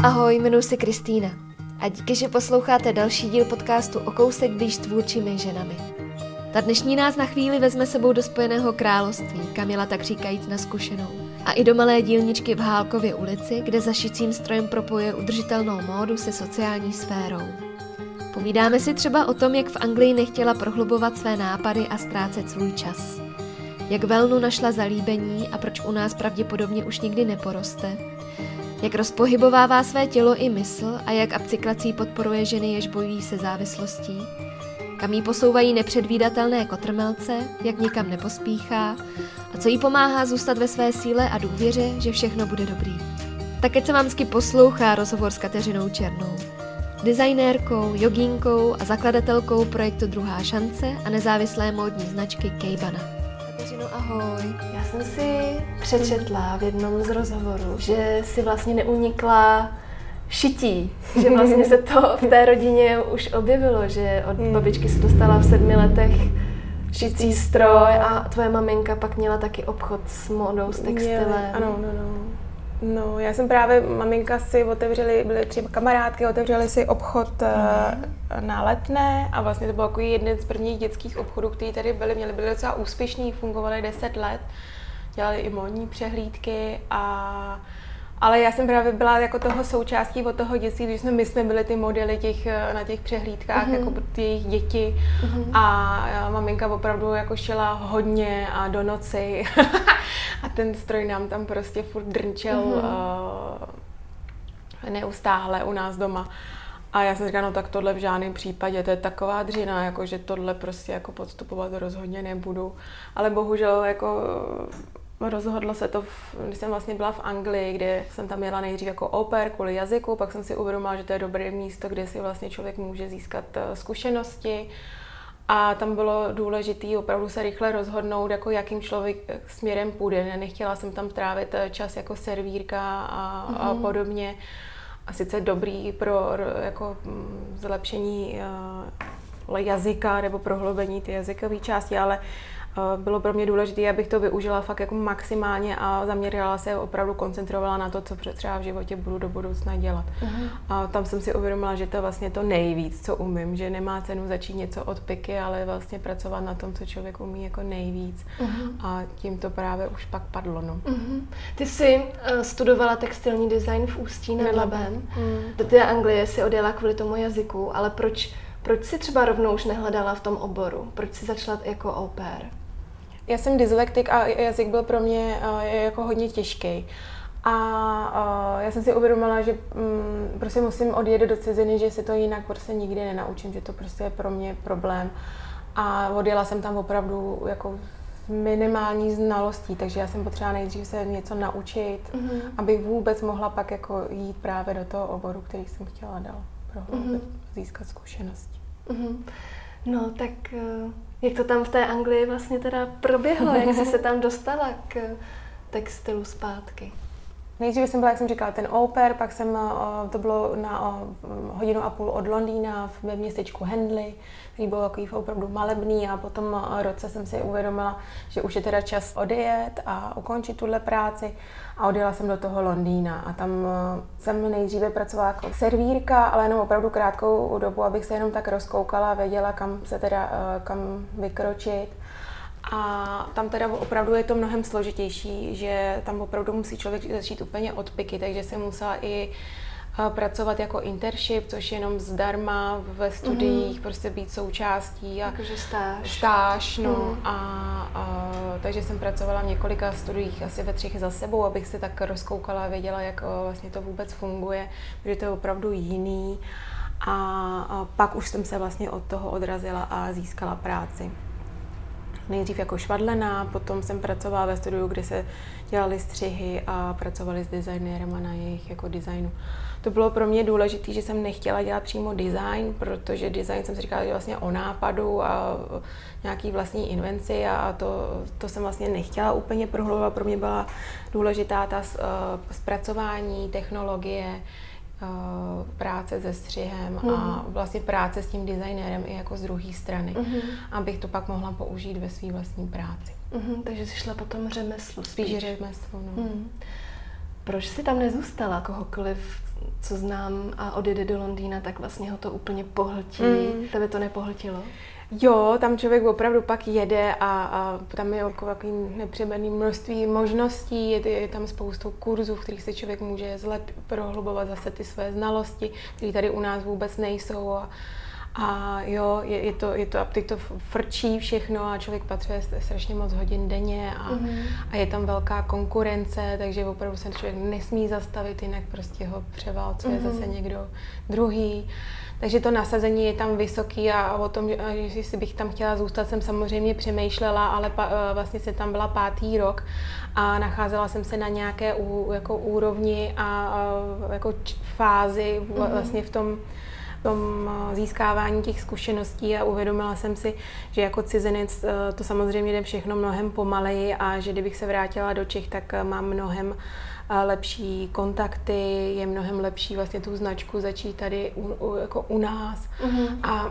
Ahoj, jmenuji se Kristýna a díky, že posloucháte další díl podcastu O kousek blíž tvůrčími ženami. Ta dnešní nás na chvíli vezme sebou do Spojeného království, kam jela tak říkajíc na zkušenou. A i do malé dílničky v Hálkově ulici, kde za šicím strojem propojuje udržitelnou módu se sociální sférou. Povídáme si třeba o tom, jak v Anglii nechtěla prohlubovat své nápady a ztrácet svůj čas. Jak Velnu našla zalíbení a proč u nás pravděpodobně už nikdy neporoste. Jak rozpohybovává své tělo i mysl a jak upcyklací podporuje ženy, jež bojují se závislostí. Kam jí posouvají nepředvídatelné kotrmelce, jak nikam nepospíchá a co jí pomáhá zůstat ve své síle a důvěře, že všechno bude dobrý. Tak ať se vám hezky poslouchá rozhovor s Kateřinou Černou. Designérkou, jogínkou a zakladatelkou projektu Druhá šance a nezávislé módní značky Kejbana. Kateřino, ahoj. Já jsem si přečetla v jednom z rozhovorů, že si vlastně neunikla šití, že vlastně se to v té rodině už objevilo, že od babičky se dostala v 7 letech šicí stroj a tvoje maminka pak měla taky obchod s módou, s textilem. Ano. No, já jsem právě, maminka si byly 3 kamarádky, otevřeli si obchod na Letné a vlastně to byl jako jeden z prvních dětských obchodů, který tady byly docela úspěšní, fungovaly 10 let, dělali i módní přehlídky ale já jsem právě byla jako toho součástí od toho dětství, když my jsme byli ty modely na těch přehlídkách, jako ty jejich děti a maminka opravdu jako šila hodně a do noci a ten stroj nám tam prostě furt drnčel neustále u nás doma. A já jsem říkala, no tak tohle v žádném případě, to je taková dřina, jako že tohle prostě jako podstupovat rozhodně nebudu. Ale bohužel jako rozhodlo se to, když jsem vlastně byla v Anglii, kde jsem tam jela nejdřív jako au pair kvůli jazyku, pak jsem si uvědomila, že to je dobré místo, kde si vlastně člověk může získat zkušenosti. A tam bylo důležité opravdu se rychle rozhodnout, jako jakým člověk směrem půjde. Nechtěla jsem tam trávit čas jako servírka a podobně. A sice dobrý pro jako zlepšení jazyka nebo prohloubení ty jazykové části, ale bylo pro mě důležité, abych to využila fakt jako maximálně a zaměřila se, opravdu koncentrovala na to, co třeba v životě budu do budoucna dělat. A tam jsem si uvědomila, že to je vlastně to nejvíc, co umím, že nemá cenu začít něco od piky, ale vlastně pracovat na tom, co člověk umí jako nejvíc. A tím to právě už pak padlo. No. Ty jsi studovala textilní design v Ústí nad Labem. Do té Anglie si odjela kvůli tomu jazyku, ale proč jsi třeba rovnou už nehledala v tom oboru? Proč jsi začala jako au pair? Já jsem dyslektik a jazyk byl pro mě jako hodně těžký. A já jsem si uvědomila, že prostě musím odjet do ciziny, že si to jinak prostě nikdy nenaučím, že to prostě je pro mě problém. A odjela jsem tam opravdu jako minimální znalostí, takže já jsem potřeba nejdřív se něco naučit, abych vůbec mohla pak jako jít právě do toho oboru, který jsem chtěla dál prohloubit, získat zkušenosti. No tak jak to tam v té Anglii vlastně teda proběhlo? Jak jsi se tam dostala k textilu zpátky? Nejdříve jsem byla, jak jsem říkala, ten au pair, pak to bylo na 1,5 hodiny od Londýna ve městečku Henley, který byl takový opravdu malebný a po tom roce jsem si uvědomila, že už je teda čas odjet a ukončit tuhle práci a odjela jsem do toho Londýna a tam jsem nejdříve pracovala jako servírka, ale jenom opravdu krátkou dobu, abych se jenom tak rozkoukala a věděla, kam vykročit. A tam teda opravdu je to mnohem složitější, že tam opravdu musí člověk začít úplně od piky, takže jsem musela i pracovat jako internship, což je jenom zdarma ve studiích, prostě být součástí. Jakože stáž, no. Takže jsem pracovala v několika studiích, asi ve 3 za sebou, abych se tak rozkoukala a věděla, jak vlastně to vůbec funguje, protože to je opravdu jiný. A pak už jsem se vlastně od toho odrazila a získala práci. Nejdřív jako švadlená, potom jsem pracovala ve studiu, kde se dělaly střihy a pracovali s designérem na jejich jako designu. To bylo pro mě důležité, že jsem nechtěla dělat přímo design, protože design jsem si říkala, že vlastně o nápadu a nějaký vlastní invenci a to jsem vlastně nechtěla úplně prohlubovat. Pro mě byla důležitá ta zpracování, technologie, práce se střihem a vlastně práce s tím designérem i jako z druhé strany, abych to pak mohla použít ve své vlastní práci. Takže jsi šla potom řemeslu. Spíš řemeslu, no. Proč jsi tam nezůstala kohokoliv, co znám a odjede do Londýna, tak vlastně ho to úplně pohltí. Tebe to nepohltilo? Jo, tam člověk opravdu pak jede a tam je takový nepřeberné množství možností, je tam spoustu kurzů, v kterých se člověk může prohlubovat zase ty své znalosti, které tady u nás vůbec nejsou. A jo, je to, a teď to frčí všechno a člověk pracuje strašně moc hodin denně a je tam velká konkurence, takže opravdu se člověk nesmí zastavit, jinak prostě ho převálcuje zase někdo druhý. Takže to nasazení je tam vysoký a o tom, že jestli bych tam chtěla zůstat, jsem samozřejmě přemýšlela, ale vlastně jsem tam byla 5. rok a nacházela jsem se na nějaké jako úrovni a jako fázi vlastně v tom získávání těch zkušeností a uvědomila jsem si, že jako cizinec to samozřejmě jde všechno mnohem pomaleji a že kdybych se vrátila do Čech, tak mám mnohem lepší kontakty, je mnohem lepší vlastně tu značku začít tady jako u nás a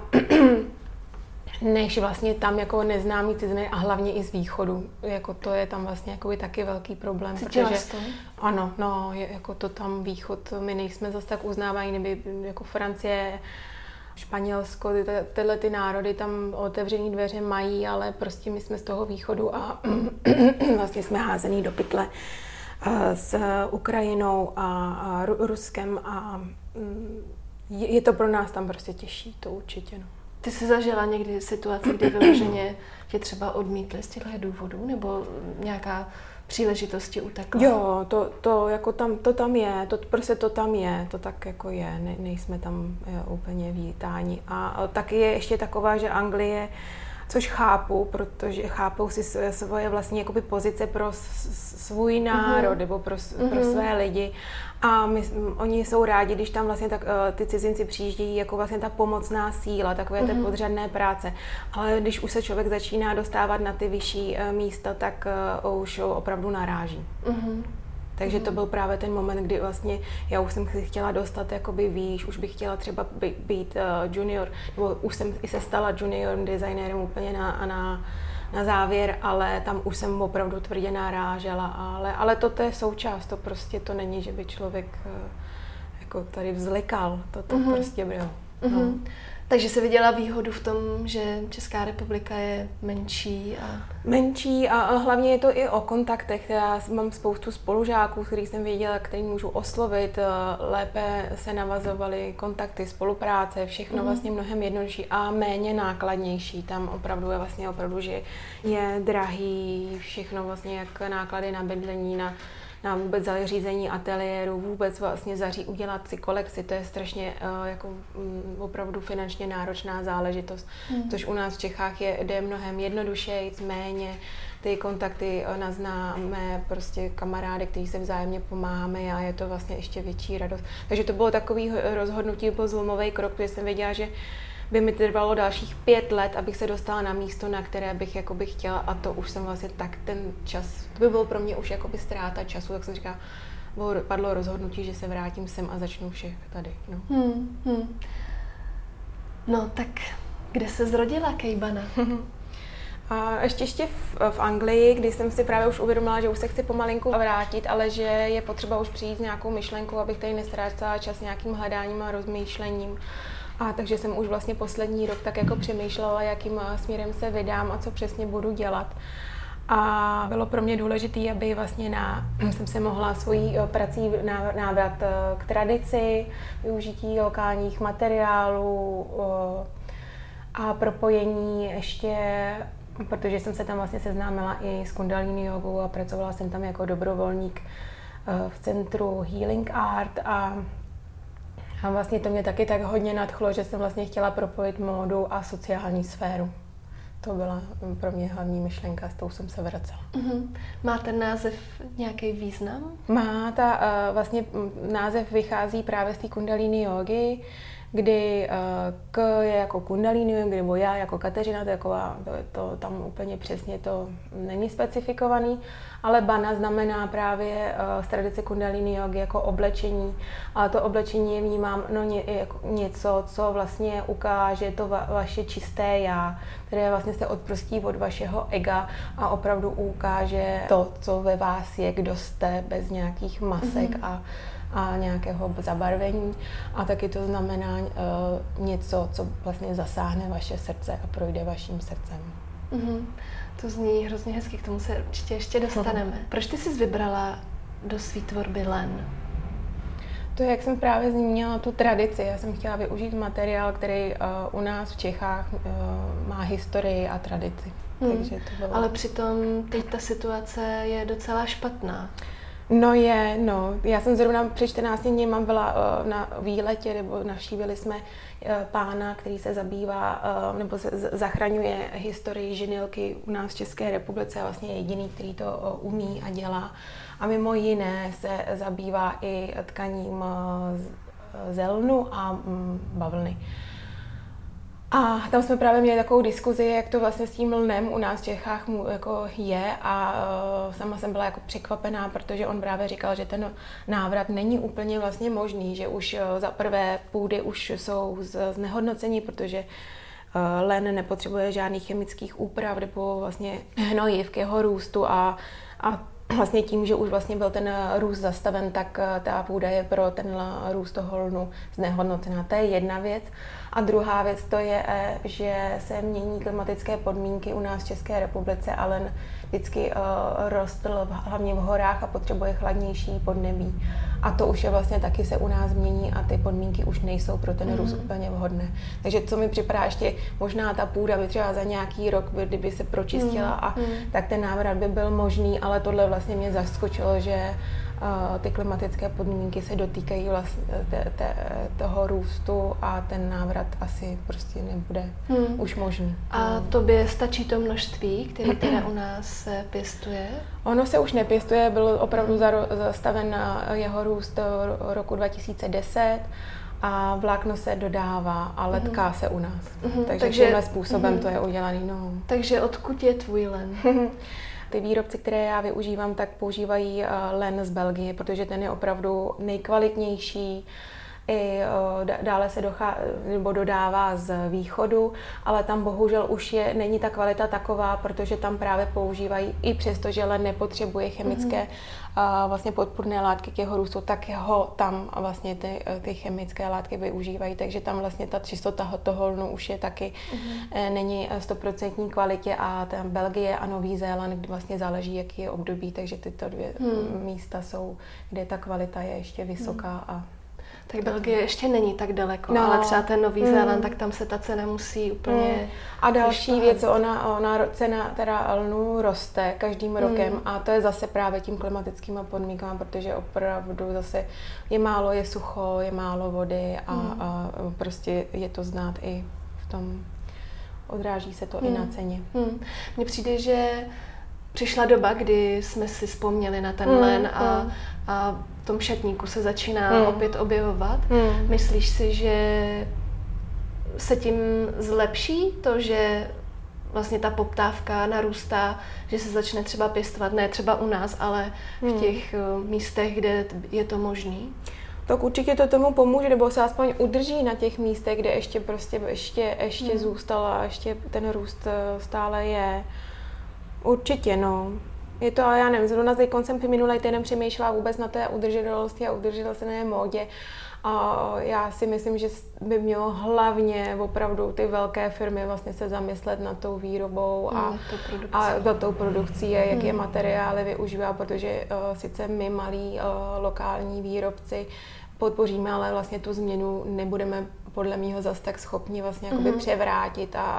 než vlastně tam jako neznámý cizinec a hlavně i z východu. Jako to je tam vlastně jakoby taky velký problém. Cítila jsi to? Ano, no, je jako to tam východ, my nejsme zase tak uznávají, nebo jako Francie, Španělsko, tyhle ty národy tam otevřený dveře mají, ale prostě my jsme z toho východu a vlastně jsme házený do pytle s Ukrajinou a Ruskem a je to pro nás tam prostě těžší, to určitě, no. Ty jsi zažila někdy situaci, kdy vyloženě tě třeba odmítli z těchto důvodů, nebo nějaká příležitost ti utekla? Jo, to jako tam je, to tam je, to tak jako je, nejsme tam úplně vítáni. A taky je ještě taková, že Anglie, což chápu, protože chápou si svoje vlastní jakoby pozice pro svůj národ nebo pro své lidi. A oni jsou rádi, když tam vlastně ty cizinci přijíždějí jako vlastně ta pomocná síla, takové té podřadné práce. Ale když už se člověk začíná dostávat na ty vyšší místa, tak už opravdu naráží. Takže to byl právě ten moment, kdy vlastně já už jsem si chtěla dostat jakoby výš, už bych chtěla třeba být junior, nebo už jsem i se stala junior designérem úplně na závěr, ale tam už jsem opravdu tvrdě narážela, ale to je součást, to prostě to není, že by člověk jako tady vzlikal, to prostě bylo. No. Takže jsi viděla výhodu v tom, že Česká republika je menší a hlavně je to i o kontaktech. Já mám spoustu spolužáků, kterých jsem věděla, který můžu oslovit, lépe se navazovaly kontakty, spolupráce, všechno vlastně mnohem jednodušší a méně nákladnější. Tam opravdu je vlastně že je drahý, všechno vlastně jak náklady na bydlení, na vůbec zařízení ateliéru, vůbec vlastně udělat si kolekci, to je strašně jako opravdu finančně náročná záležitost, což u nás v Čechách jde mnohem jednodušeji, méně ty kontakty na známé prostě kamarády, kteří se vzájemně pomáháme a je to vlastně ještě větší radost. Takže to bylo takový rozhodnutí, byl zlomový krok, protože jsem věděla, že by mi trvalo dalších 5 let, abych se dostala na místo, na které bych jakoby chtěla a to už jsem vlastně tak ten čas, to by bylo pro mě už jakoby ztráta času, tak jsem říkala, padlo rozhodnutí, že se vrátím sem a začnu vše tady. No, no tak kde se zrodila Kejbana? A ještě v Anglii, kdy jsem si právě už uvědomila, že už se chci pomalinku vrátit, ale že je potřeba už přijít s nějakou myšlenkou, abych tady nestrácela čas nějakým hledáním a rozmýšlením. A takže jsem už vlastně poslední rok tak jako přemýšlela, jakým směrem se vydám a co přesně budu dělat. A bylo pro mě důležité, aby vlastně jsem se mohla svojí prací návrat k tradici, využití lokálních materiálů a propojení ještě, protože jsem se tam vlastně seznámila i s kundalini jogou a pracovala jsem tam jako dobrovolník v centru Healing Art a vlastně to mě taky tak hodně nadchlo, že jsem vlastně chtěla propojit módu a sociální sféru. To byla pro mě hlavní myšlenka, s tou jsem se vracela. Má ten název nějaký význam? Má, vlastně název vychází právě z té kundalini jógy, kdy K je jako kundalini, nebo já jako Kateřina, to je taková, to tam úplně přesně to není specifikovaný, ale bana znamená právě z tradice kundalini jogy jako oblečení, a to oblečení vnímám jako něco, co vlastně ukáže to vaše čisté já, které vlastně se odprostí od vašeho ega a opravdu ukáže to, co ve vás je, kdo jste, bez nějakých masek a nějakého zabarvení. A taky to znamená něco, co vlastně zasáhne vaše srdce a projde vaším srdcem. To zní hrozně hezky, k tomu se určitě ještě dostaneme. Proč ty jsi vybrala do své tvorby len? To je, jak jsem právě zmínila, tu tradici. Já jsem chtěla využít materiál, který u nás v Čechách má historii a tradici. Takže to bylo... Ale přitom teď ta situace je docela špatná. No. Já jsem zrovna před 14 dní byla na výletě, nebo navštívili jsme pána, který se zabývá, nebo zachraňuje historii ženilky u nás v České republice, a vlastně je jediný, který to umí a dělá. A mimo jiné se zabývá i tkaním ze lnu a bavlny. A tam jsme právě měli takovou diskuzi, jak to vlastně s tím lnem u nás v Čechách jako je, a sama jsem byla jako překvapená, protože on právě říkal, že ten návrat není úplně vlastně možný, že už za prvé půdy už jsou znehodnocení, protože len nepotřebuje žádných chemických úprav nebo vlastně hnojiv k jeho růstu, a vlastně tím, že už vlastně byl ten růst zastaven, tak ta půda je pro ten růst toho lnu znehodnocená. To je jedna věc. A druhá věc to je, že se mění klimatické podmínky u nás v České republice, a len vždycky rostl hlavně v horách a potřebuje chladnější podnebí. A to už je vlastně taky se u nás mění a ty podmínky už nejsou pro ten růst úplně vhodné. Takže co mi připadá ještě, možná ta půda by třeba za nějaký rok, kdyby se pročistila, tak ten návrat by byl možný, ale tohle vlastně mě zaskočilo, že ty klimatické podmínky se dotýkají vlastně toho růstu a ten návrat asi prostě nebude už možný. A tobě stačí to množství, které teda u nás se pěstuje? Ono se už nepěstuje, byl opravdu zastaven jeho růst roku 2010 a vlákno se dodává, ale tká se u nás. Takže tímhle způsobem to je udělaný. No. Takže odkud je tvůj len? Ty výrobci, které já využívám, tak používají len z Belgie, protože ten je opravdu nejkvalitnější. I dále se dodává z východu, ale tam bohužel už není ta kvalita taková, protože tam právě používají, i přesto, že len nepotřebuje chemické vlastně podpůrné látky k jeho růstu, tak ho tam vlastně ty chemické látky využívají, takže tam vlastně ta čistota toho lnu už je taky není 100% kvalitě, a tam Belgie a Nový Zéland vlastně záleží, jaký je období, takže tyto dvě místa jsou, kde ta kvalita je ještě vysoká. A tak Belgie ještě není tak daleko, ale třeba ten Nový Zéland, tak tam se ta cena musí úplně... A další věc, ona cena teda lnu roste každým rokem, a to je zase právě tím klimatickými podmínkami, protože opravdu zase je sucho, je málo vody a prostě je to znát i v tom, odráží se to i na ceně. Mně přijde, že přišla doba, kdy jsme si vzpomněli na ten len a v tom šatníku se začíná opět objevovat. Myslíš si, že se tím zlepší to, že vlastně ta poptávka narůstá, že se začne třeba pěstovat, ne třeba u nás, ale v těch místech, kde je to možný? Tak určitě to tomu pomůže, nebo se aspoň udrží na těch místech, kde ještě zůstala, ještě ten růst stále je. Určitě, no. Je to, ale já nevím, zrovna teď jsem minulý týden přemýšlela vůbec na té udržitelnosti a udržitelné módě. A já si myslím, že by mělo hlavně opravdu ty velké firmy vlastně se zamyslet nad tou výrobou a nad tou produkcí, jaké materiály využívá, protože sice my malí lokální výrobci podpoříme, ale vlastně tu změnu nebudeme podle mého zase tak schopni vlastně jakoby převrátit a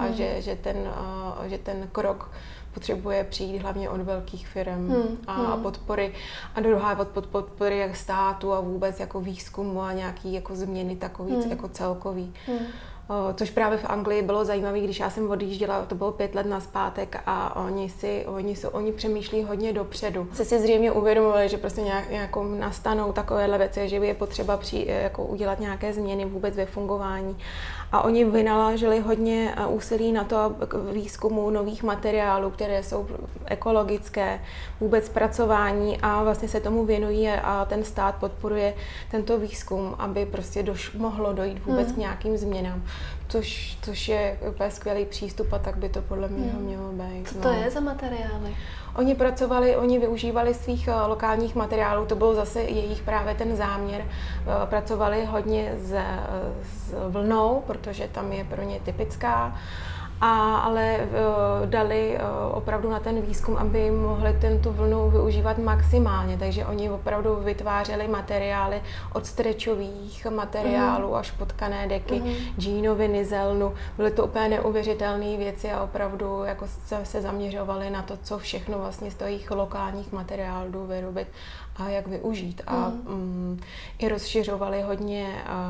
že ten krok potřebuje přijít hlavně od velkých firm a podpory. A druhá od podpory jak státu a vůbec jako výzkumu a nějaký jako změny takový jako celkový. Což právě v Anglii bylo zajímavé, když já jsem odjížděla, to bylo 5 let nazpátek a oni přemýšlí hodně dopředu. Se si zřejmě uvědomovali, že prostě nějakou nastanou takovéhle věci, že je potřeba jako udělat nějaké změny vůbec ve fungování. A oni vynaložili hodně úsilí na to výzkumu nových materiálů, které jsou ekologické, vůbec zpracování a vlastně se tomu věnují a ten stát podporuje tento výzkum, aby prostě mohlo dojít vůbec k nějakým změnám. Což je úplně skvělý přístup a tak by to podle mě mělo být. Co to je za materiály? Oni využívali svých lokálních materiálů, to byl zase jejich právě ten záměr. Pracovali hodně s vlnou, protože tam je pro ně typická, ale dali opravdu na ten výzkum, aby mohli tu vlnu využívat maximálně. Takže oni opravdu vytvářeli materiály od strečových materiálů až po tkané deky, džínoviny, zelnu. Byly to úplně neuvěřitelné věci a opravdu jako se zaměřovali na to, co všechno vlastně z těch lokálních materiálů vyrobit a jak využít. A i rozšiřovali hodně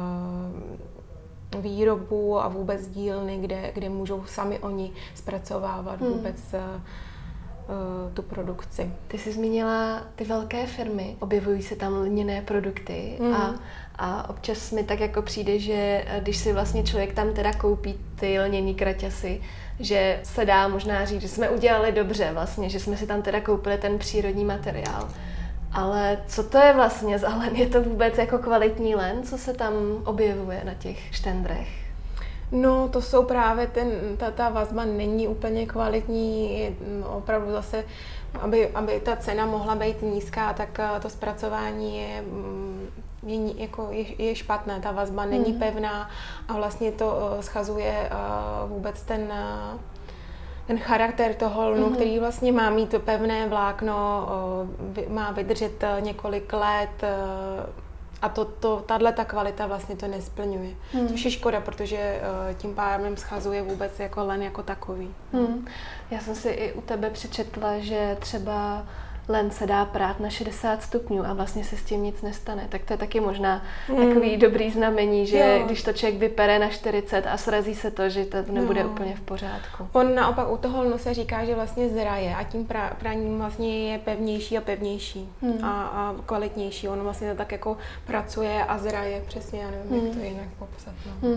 výrobu a vůbec dílny, kde můžou sami oni zpracovávat vůbec tu produkci. Ty jsi zmínila ty velké firmy, objevují se tam lněné produkty a občas mi tak jako přijde, že když si vlastně člověk tam teda koupí ty lněný kraťasy, že se dá možná říct, že jsme udělali dobře vlastně, že jsme si tam teda koupili ten přírodní materiál. Ale co to je vlastně za len? Je to vůbec jako kvalitní len, co se tam objevuje na těch štendrech? No, to jsou právě ta vazba není úplně kvalitní, opravdu zase, aby ta cena mohla být nízká, tak to zpracování je špatné, ta vazba není pevná a vlastně to schazuje vůbec ten charakter toho lnu, který vlastně má mít pevné vlákno, má vydržet několik let a tato kvalita vlastně to nesplňuje. Což je škoda, protože tím pádem schazuje vůbec jako len jako takový. Já jsem si i u tebe přečetla, že třeba len se dá prát na 60 stupňů a vlastně se s tím nic nestane. Tak to je taky možná takový dobrý znamení, že když to člověk vypere na 40 a srazí se to, že to nebude úplně v pořádku. On naopak u toho lnu se říká, že vlastně zraje a tím praním vlastně je pevnější a pevnější a kvalitnější. On vlastně to tak jako pracuje a zraje. Přesně, já nevím, jak to jinak popsat.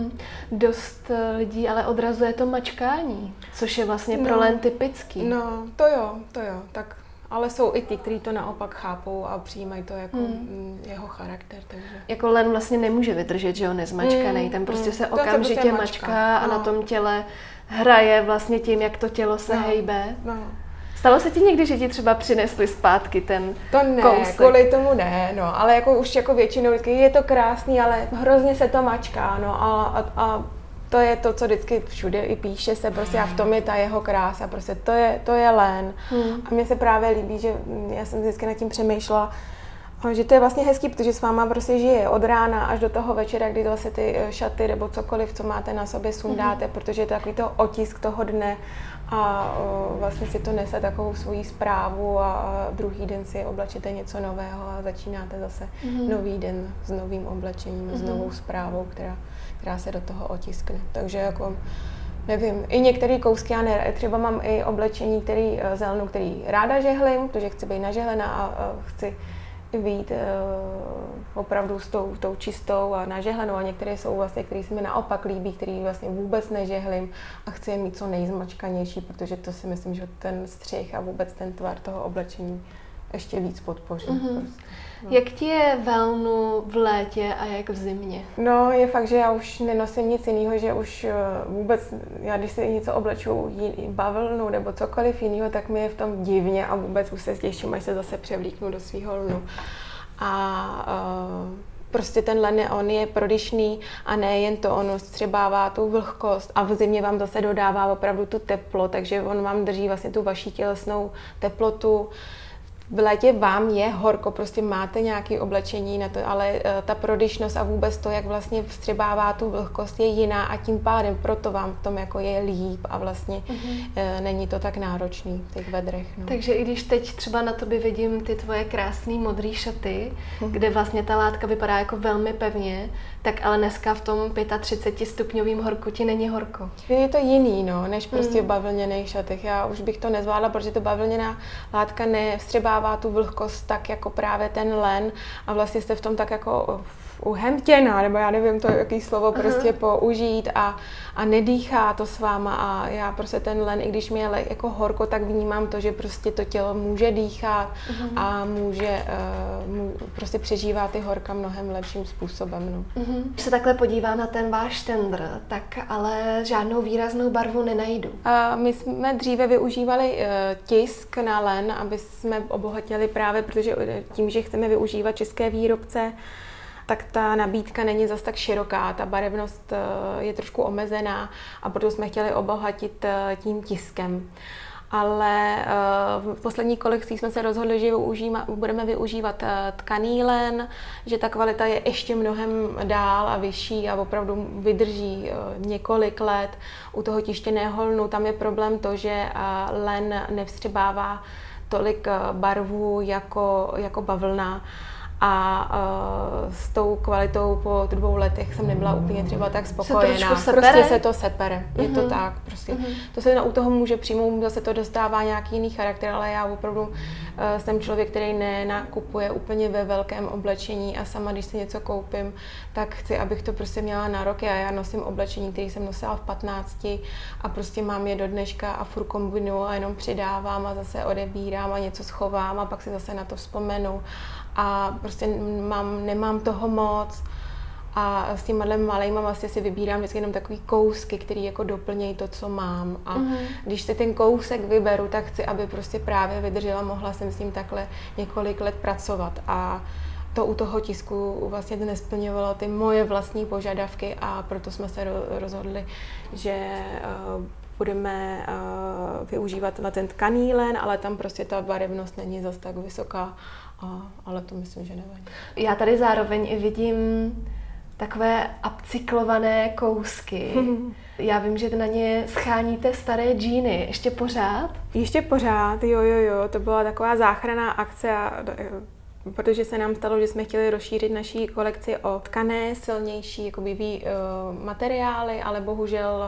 Dost lidí ale odrazuje to mačkání, což je vlastně pro len typický. No, to jo. Tak ale jsou i ty, kteří to naopak chápou a přijímají to jako jeho charakter. Takže. Jako len vlastně nemůže vydržet, že ho nezmačkanej. Ten prostě se okamžitě mačká a na tom těle hraje vlastně tím, jak to tělo se hejbe. No. Stalo se ti někdy, že ti třeba přinesli zpátky ten kousek? Kvůli tomu ne, ale jako už jako většinou je to krásný, ale hrozně se to mačká, a to je to, co vždycky všude i píše se, prostě a v tom je ta jeho krása, prostě to je len. A mně se právě líbí, že já jsem vždycky nad tím přemýšlela, že to je vlastně hezký, protože s váma prostě žije od rána až do toho večera, kdy vlastně ty šaty nebo cokoliv, co máte na sobě, sundáte, protože je to takový to otisk toho dne a vlastně si to nese takovou svoji zprávu a druhý den si oblečete něco nového a začínáte zase nový den s novým oblečením, s novou zprávou, která se do toho otiskne. Takže jako, nevím, i některé kousky, já třeba mám i oblečení, zelnu, který ráda žehlím, protože chci být nažehlená a chci být opravdu s tou čistou a nažehlenou a některé jsou vlastně, které se mi naopak líbí, který vlastně vůbec nežehlím a chci je mít co nejzmačkanější, protože to si myslím, že ten střih a vůbec ten tvar toho oblečení ještě víc podpoří. Prostě. Jak ti je velnu v létě a jak v zimě? No, je fakt, že já už nenosím nic jiného, že už vůbec, já když si něco obleču, bavlnu nebo cokoliv jiného, tak mi je v tom divně a vůbec už se těším, až se zase převlíknu do svého lnu. Prostě ten len on je prodyšný a nejen to, on střebává tu vlhkost a v zimě vám zase dodává opravdu tu teplo, takže on vám drží vlastně tu vaši tělesnou teplotu v létě vám je horko, prostě máte nějaké oblečení na to, ale ta prodyšnost a vůbec to, jak vlastně vstřebává tu vlhkost, je jiná a tím pádem proto vám v tom jako je líp a vlastně není to tak náročný v těch vedrech. No. Takže i když teď třeba na tobě vidím ty tvoje krásné modré šaty, kde vlastně ta látka vypadá jako velmi pevně, tak ale dneska v tom 35 stupňovým horku ti není horko. Je to jiný, no, než prostě v bavlněných šatech. Já už bych to nezvládla, protože to bavlněná látka nevstřebává tu vlhkost tak jako právě ten len a vlastně jste v tom tak jako uhemtěná, nebo já nevím to, jaký slovo prostě použít a nedýchá to s váma a já prostě ten len, i když mi je jako horko, tak vnímám to, že prostě to tělo může dýchat a může prostě přežívá ty horka mnohem lepším způsobem. No. Když se takhle podívám na ten váš tendr, tak ale žádnou výraznou barvu nenajdu. My jsme dříve využívali tisk na len, aby jsme obohatili právě, protože tím, že chceme využívat české výrobce, tak ta nabídka není zas tak široká, ta barevnost je trošku omezená a proto jsme chtěli obohatit tím tiskem. Ale v poslední kolekci jsme se rozhodli, že budeme využívat tkaný len, že ta kvalita je ještě mnohem dál a vyšší a opravdu vydrží několik let. U toho tištěného lnu tam je problém to, že len nevstřebává tolik barvů jako bavlna. A s tou kvalitou po 2 letech jsem nebyla úplně třeba tak spokojená. Prostě se to sepere. Je to tak. Prostě. To se u toho může přijmout, zase to dostává nějaký jiný charakter, ale já opravdu jsem člověk, který nenakupuje úplně ve velkém oblečení a sama, když si něco koupím, tak chci, abych to prostě měla na roky a já nosím oblečení, který jsem nosila v 15 a prostě mám je do dneška a furt kombinuju a jenom přidávám a zase odebírám a něco schovám a pak si zase na to vzpomenu. A prostě nemám toho moc a s těma malejma vlastně si vybírám vždycky jenom takový kousky, který jako doplnějí to, co mám. A když si ten kousek vyberu, tak chci, aby prostě právě vydržela, mohla jsem s ním takhle několik let pracovat. A to u toho tisku vlastně nesplňovalo ty moje vlastní požadavky a proto jsme se rozhodli, že budeme využívat na ten tkaný len, ale tam prostě ta barevnost není zas tak vysoká, ale to myslím, že nevadí. Já tady zároveň i vidím takové upcyklované kousky. Já vím, že na ně scháníte staré džíny. Ještě pořád? Ještě pořád, jo. To byla taková záchranná akce, protože se nám stalo, že jsme chtěli rozšířit naší kolekci o tkané, silnější jakoby, materiály, ale bohužel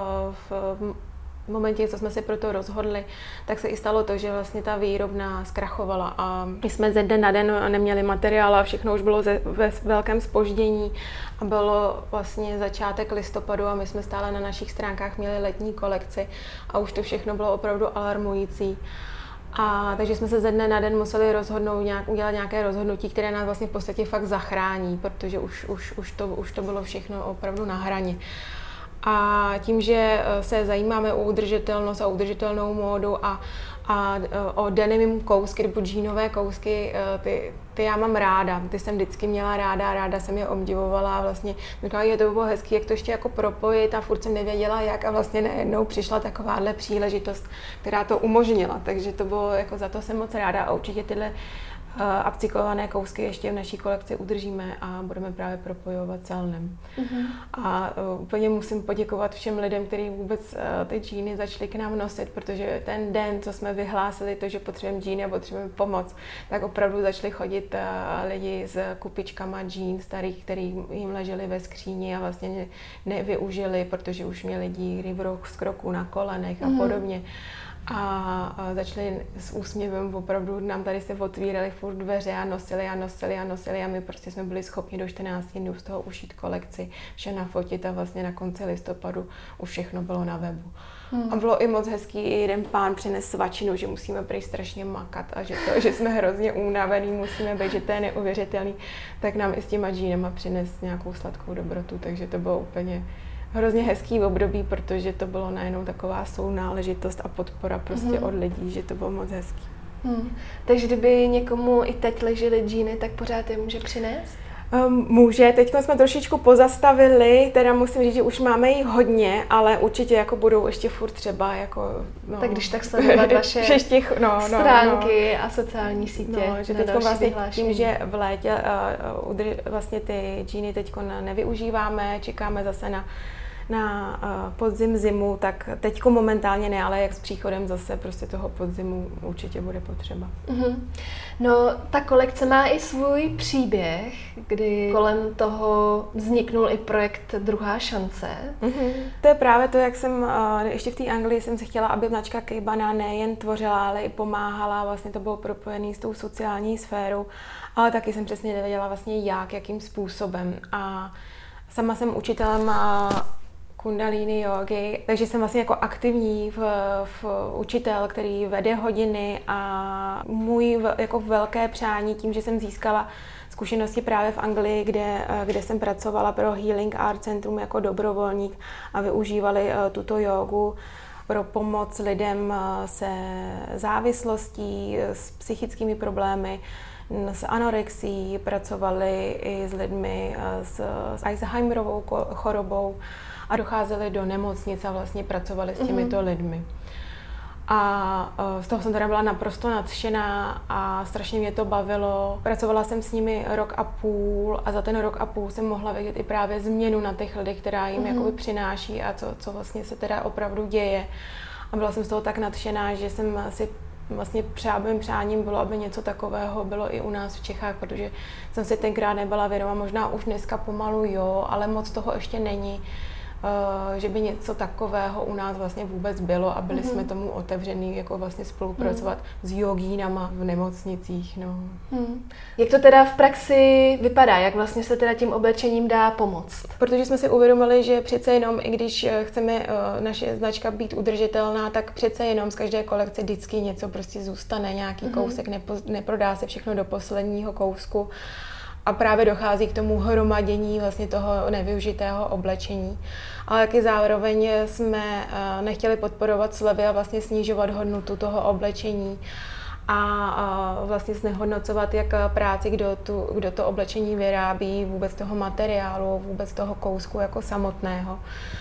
v momentě, co jsme se pro to rozhodli, tak se i stalo to, že vlastně ta výrobna zkrachovala a my jsme ze dne na den neměli materiál a všechno už bylo ve velkém zpoždění a bylo vlastně začátek listopadu a my jsme stále na našich stránkách měli letní kolekci a už to všechno bylo opravdu alarmující. Takže jsme se ze dne na den museli udělat nějaké rozhodnutí, které nás vlastně v podstatě fakt zachrání, protože už to bylo všechno opravdu na hraně. A tím, že se zajímáme o udržitelnost a udržitelnou módu a o denim kousky nebo džínové kousky, ty já mám ráda. Ty jsem vždycky měla ráda jsem je obdivovala a vlastně říkala, že to bylo hezký, jak to ještě jako propojit a furt jsem nevěděla jak a vlastně najednou přišla takováhle příležitost, která to umožnila. Takže to bylo, jako za to jsem moc ráda a určitě tyhle upcyklované kousky ještě v naší kolekci udržíme a budeme právě propojovat s lnem. A úplně musím poděkovat všem lidem, kteří vůbec ty džíny začali k nám nosit, protože ten den, co jsme vyhlásili to, že potřebujeme džíny a potřebujeme pomoc, tak opravdu začali chodit lidi s kupičkama džín starých, který jim leželi ve skříni a vlastně nevyužili, protože už měli díry z kroků na kolenech a podobně. A začali s úsměvem, opravdu nám tady se otvíraly furt dveře a nosili a my prostě jsme byli schopni do 14 dnů z toho ušít kolekci, vše nafotit a vlastně na konci listopadu už všechno bylo na webu. A bylo i moc hezký, jeden pán přines svačinu, že musíme prý strašně makat a že jsme hrozně únavený, musíme být, že to je neuvěřitelný, tak nám i s těma džínama přines nějakou sladkou dobrotu, takže to bylo úplně hrozně hezký období, protože to bylo najednou taková sounáležitost a podpora prostě od lidí, že to bylo moc hezký. Takže kdyby někomu i teď ležely džíny, tak pořád je může přinést? Může, teď jsme trošičku pozastavili, teda musím říct, že už máme jich hodně, ale určitě jako budou ještě furt třeba jako... No, tak když tak sledovat vaše stránky a sociální sítě. No, že teď vlastně tím, že v létě vlastně ty džíny teď nevyužíváme, čekáme zase na podzim, zimu, tak teďko momentálně ne, ale jak s příchodem zase prostě toho podzimu určitě bude potřeba. Mm-hmm. No, ta kolekce má i svůj příběh, kdy kolem toho vzniknul i projekt Druhá šance. Mm-hmm. To je právě to, jak jsem ještě v té Anglii jsem si chtěla, aby značka Kejbana nejen tvořila, ale i pomáhala, vlastně to bylo propojené s tou sociální sférou, ale taky jsem přesně nevěděla vlastně jakým způsobem. A sama jsem učitelem kundalini jógy, takže jsem vlastně jako aktivní v učitel, který vede hodiny a můj jako velké přání tím, že jsem získala zkušenosti právě v Anglii, kde jsem pracovala pro Healing Art Centrum jako dobrovolník a využívali tuto jógu pro pomoc lidem se závislostí, s psychickými problémy, s anorexií, pracovali i s lidmi s Alzheimerovou chorobou a docházeli do nemocnic a vlastně pracovali s těmito lidmi. A z toho jsem teda byla naprosto nadšená a strašně mě to bavilo. Pracovala jsem s nimi 1,5 roku a za ten 1,5 roku jsem mohla vidět i právě změnu na těch lidech, která jim jakoby přináší a co vlastně se teda opravdu děje. A byla jsem z toho tak nadšená, že jsem si vlastně mým přáním bylo, aby něco takového bylo i u nás v Čechách, protože jsem si tenkrát nebyla vědoma, možná už dneska pomalu jo, ale moc toho ještě není, že by něco takového u nás vlastně vůbec bylo a byli jsme tomu otevřený, jako vlastně spolupracovat s jogínama v nemocnicích. No. Jak to teda v praxi vypadá? Jak vlastně se teda tím oblečením dá pomoct? Protože jsme si uvědomili, že přece jenom, i když chceme naše značka být udržitelná, tak přece jenom z každé kolekce vždycky něco prostě zůstane, nějaký kousek, neprodá se všechno do posledního kousku. A právě dochází k tomu hromadění vlastně toho nevyužitého oblečení. Ale taky zároveň jsme nechtěli podporovat slevy a vlastně snižovat hodnotu toho oblečení a vlastně znehodnocovat jak práci, kdo to oblečení vyrábí, vůbec toho materiálu, vůbec toho kousku jako samotného.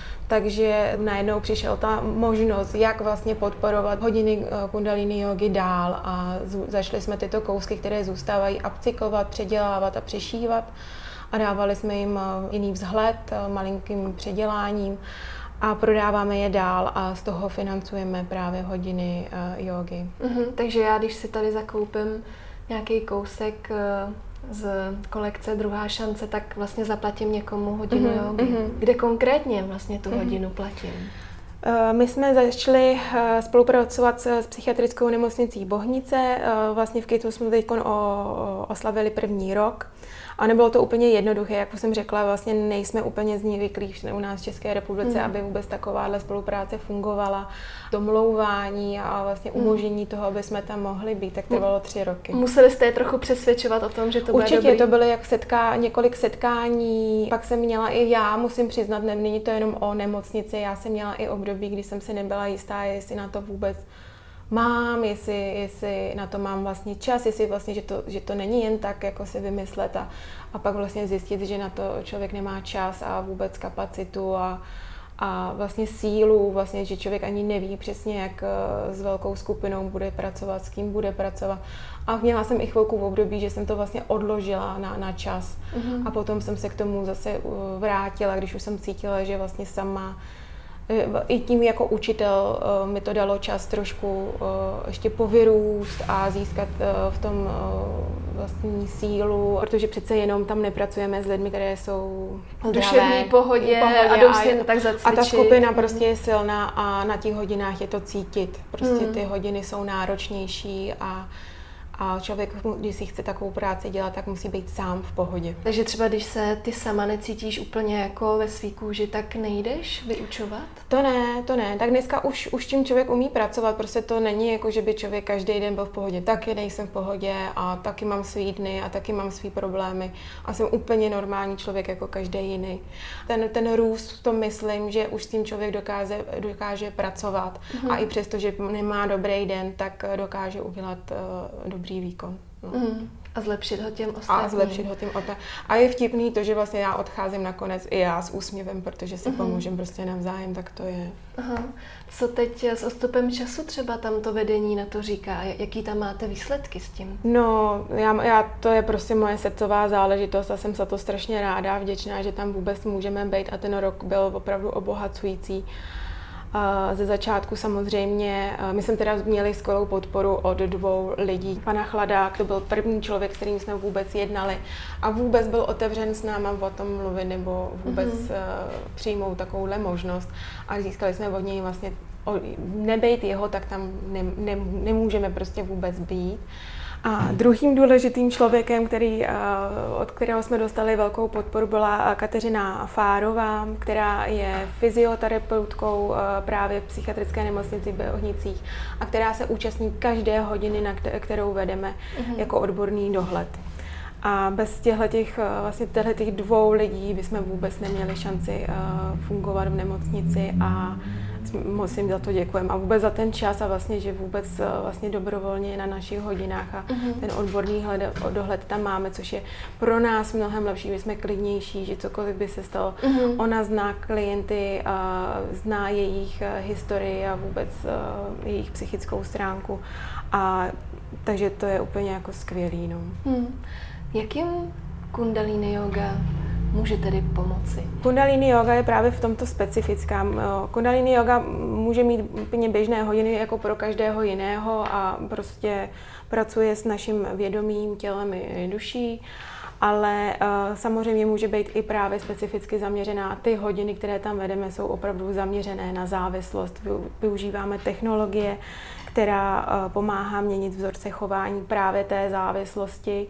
Takže najednou přišel ta možnost, jak vlastně podporovat hodiny kundalini jógy dál a začali jsme tyto kousky, které zůstávají, upcyklovat, předělávat a přešívat a dávali jsme jim jiný vzhled malinkým předěláním a prodáváme je dál a z toho financujeme právě hodiny jógy. Takže já, když si tady zakoupím nějaký kousek z kolekce Druhá šance, tak vlastně zaplatím někomu hodinu jógy. Kde konkrétně vlastně tu hodinu platím? My jsme začali spolupracovat s psychiatrickou nemocnicí Bohnice. Vlastně v Kytu jsme teď oslavili 1. rok. A nebylo to úplně jednoduché, jak už jsem řekla, vlastně nejsme úplně zvyklí u nás v České republice, aby vůbec takováhle spolupráce fungovala. Domlouvání a vlastně umožnění toho, aby jsme tam mohli být, tak trvalo 3 roky. Museli jste je trochu přesvědčovat o tom, že to bude dobrý? Určitě, to byly jak několik setkání, pak jsem měla i já, musím přiznat, není to jenom o nemocnici, já jsem měla i období, kdy jsem si nebyla jistá, jestli na to vůbec mám, jestli na to mám vlastně čas, jestli vlastně, že to není jen tak, jako si vymyslet a pak vlastně zjistit, že na to člověk nemá čas a vůbec kapacitu a vlastně sílu, vlastně, že člověk ani neví přesně, jak s velkou skupinou bude pracovat, s kým bude pracovat. A měla jsem i chvilku v období, že jsem to vlastně odložila na čas. A potom jsem se k tomu zase vrátila, když už jsem cítila, že vlastně sama i tím jako učitel mi to dalo čas trošku ještě povyrůst a získat v tom vlastní sílu, protože přece jenom tam nepracujeme s lidmi, které jsou v duševní pohodě a jdou si jen tak zacvičit. A ta skupina prostě je silná a na těch hodinách je to cítit. Prostě ty hodiny jsou náročnější a člověk, když si chce takovou práci dělat, tak musí být sám v pohodě. Takže třeba když se ty sama necítíš úplně jako ve svý kůži, tak nejdeš vyučovat? To ne. Tak dneska už tím člověk umí pracovat. Prostě to není jako, že by člověk každý den byl v pohodě. Taky nejsem v pohodě a taky mám svý dny a taky mám svý problémy. A jsem úplně normální člověk jako každý jiný. Ten růst v tom myslím, že už s tím člověk dokáže pracovat. A i přesto, že nemá dobrý den, tak dokáže udělat dobrý výkon. No. A zlepšit ho těm ostatním. A je vtipný to, že vlastně já odcházím nakonec i já s úsměvem, protože si pomůžem prostě navzájem, tak to je. Aha. Co teď s odstupem času třeba tam to vedení na to říká? Jaký tam máte výsledky s tím? No, já to je prostě moje srdcová záležitost a jsem za to strašně ráda a vděčná, že tam vůbec můžeme být a ten rok byl opravdu obohacující. Ze začátku samozřejmě, my jsme teda měli skvělou podporu od 2 lidí. Pana Chladák, to byl první člověk, s kterým jsme vůbec jednali a vůbec byl otevřen s náma o tom mluvit nebo vůbec přijmout takovouhle možnost a získali jsme od něj vlastně, nebejt jeho, tak tam nemůžeme prostě vůbec být. A druhým důležitým člověkem, od kterého jsme dostali velkou podporu, byla Kateřina Fárová, která je fyzioterapeutkou právě v psychiatrické nemocnici v Bohnicích a která se účastní každé hodiny, na kterou vedeme jako odborný dohled. A bez těchto 2 lidí bychom vůbec neměli šanci fungovat v nemocnici a moc jim za to děkujeme. A vůbec za ten čas a vlastně, že vůbec vlastně dobrovolně na našich hodinách a ten odborný dohled tam máme, což je pro nás mnohem lepší. My jsme klidnější, že cokoliv by se stalo. Ona zná klienty, zná jejich historii a vůbec jejich psychickou stránku. A takže to je úplně jako skvělý. No. Jakým Kundalini yoga může tedy pomoci? Kundalini yoga je právě v tomto specifická. Kundalini yoga může mít úplně běžné hodiny jako pro každého jiného a prostě pracuje s naším vědomím, tělem i duší, ale samozřejmě může být i právě specificky zaměřená. Ty hodiny, které tam vedeme, jsou opravdu zaměřené na závislost. Využíváme technologie, která pomáhá měnit vzorce chování právě té závislosti.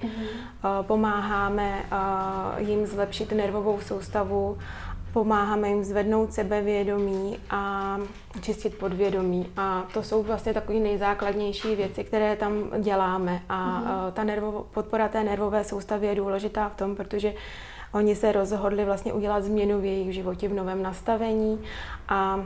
Pomáháme jim zlepšit nervovou soustavu, pomáháme jim zvednout sebevědomí a čistit podvědomí. A to jsou vlastně takové nejzákladnější věci, které tam děláme. A podpora té nervové soustavy je důležitá v tom, protože oni se rozhodli vlastně udělat změnu v jejich životě, v novém nastavení a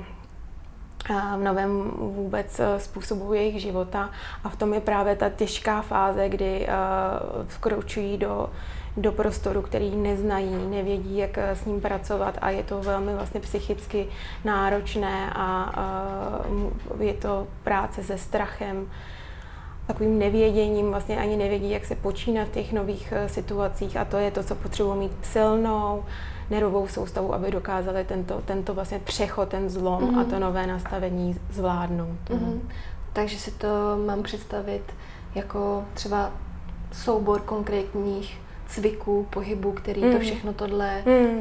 v novém vůbec způsobu jejich života. A v tom je právě ta těžká fáze, kdy vkročují do prostoru, který neznají, nevědí, jak s ním pracovat a je to velmi vlastně psychicky náročné a je to práce se strachem, takovým nevěděním, vlastně ani nevědí, jak se počínat v těch nových situacích a to je to, co potřebují mít silnou nervovou soustavu, aby dokázali tento vlastně přechod, ten zlom a to nové nastavení zvládnout. Takže si to mám představit jako třeba soubor konkrétních cviků, pohybů, který to všechno tohle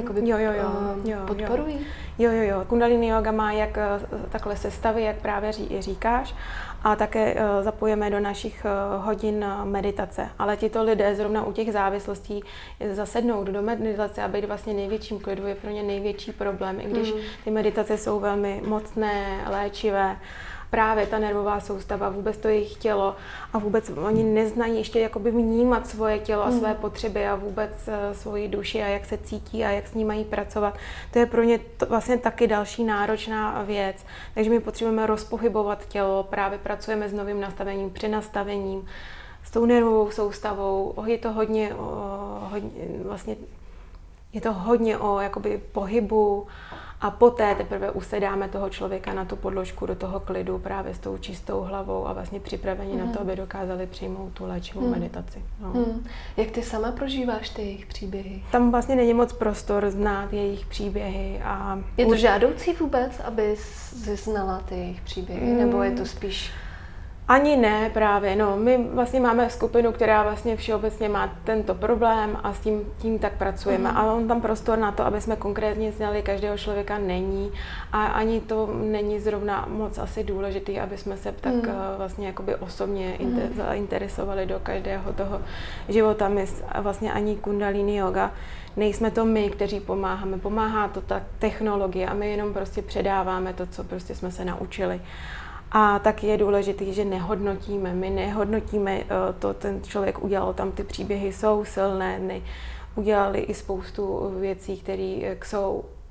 podporují? Jo. Kundalini yoga má jak takhle sestavy, jak právě říkáš, a také zapojíme do našich hodin meditace. Ale tito lidé zrovna u těch závislostí zasednout do meditace a být vlastně největším klidu je pro ně největší problém, i když ty meditace jsou velmi mocné, léčivé. Právě ta nervová soustava, vůbec to jejich tělo a vůbec oni neznají ještě jakoby vnímat svoje tělo a své potřeby a vůbec svoji duši a jak se cítí a jak s ní mají pracovat. To je pro ně vlastně taky další náročná věc. Takže my potřebujeme rozpohybovat tělo, právě pracujeme s novým nastavením, přenastavením, s tou nervovou soustavou. Je to hodně o jakoby pohybu. A poté teprve usedáme toho člověka na tu podložku do toho klidu právě s tou čistou hlavou a vlastně připraveni na to, aby dokázali přijmout tu léčivou meditaci. Jak ty sama prožíváš ty jejich příběhy? Tam vlastně není moc prostor znát jejich příběhy. A je to žádoucí vůbec, aby jsi znala ty jejich příběhy? Nebo je to spíš... Ani ne právě, my vlastně máme skupinu, která vlastně všeobecně má tento problém a s tím tak pracujeme. Ale on tam prostor na to, aby jsme konkrétně znali každého člověka není a ani to není zrovna moc asi důležitý, aby jsme se tak vlastně jakoby osobně zainteresovali do každého toho života. My vlastně ani Kundalini yoga nejsme to my, kteří pomáháme. Pomáhá to ta technologie a my jenom prostě předáváme to, co prostě jsme se naučili. A taky je důležité, že nehodnotíme. My nehodnotíme to, ten člověk udělal, tam ty příběhy jsou silné, udělali i spoustu věcí, které jsou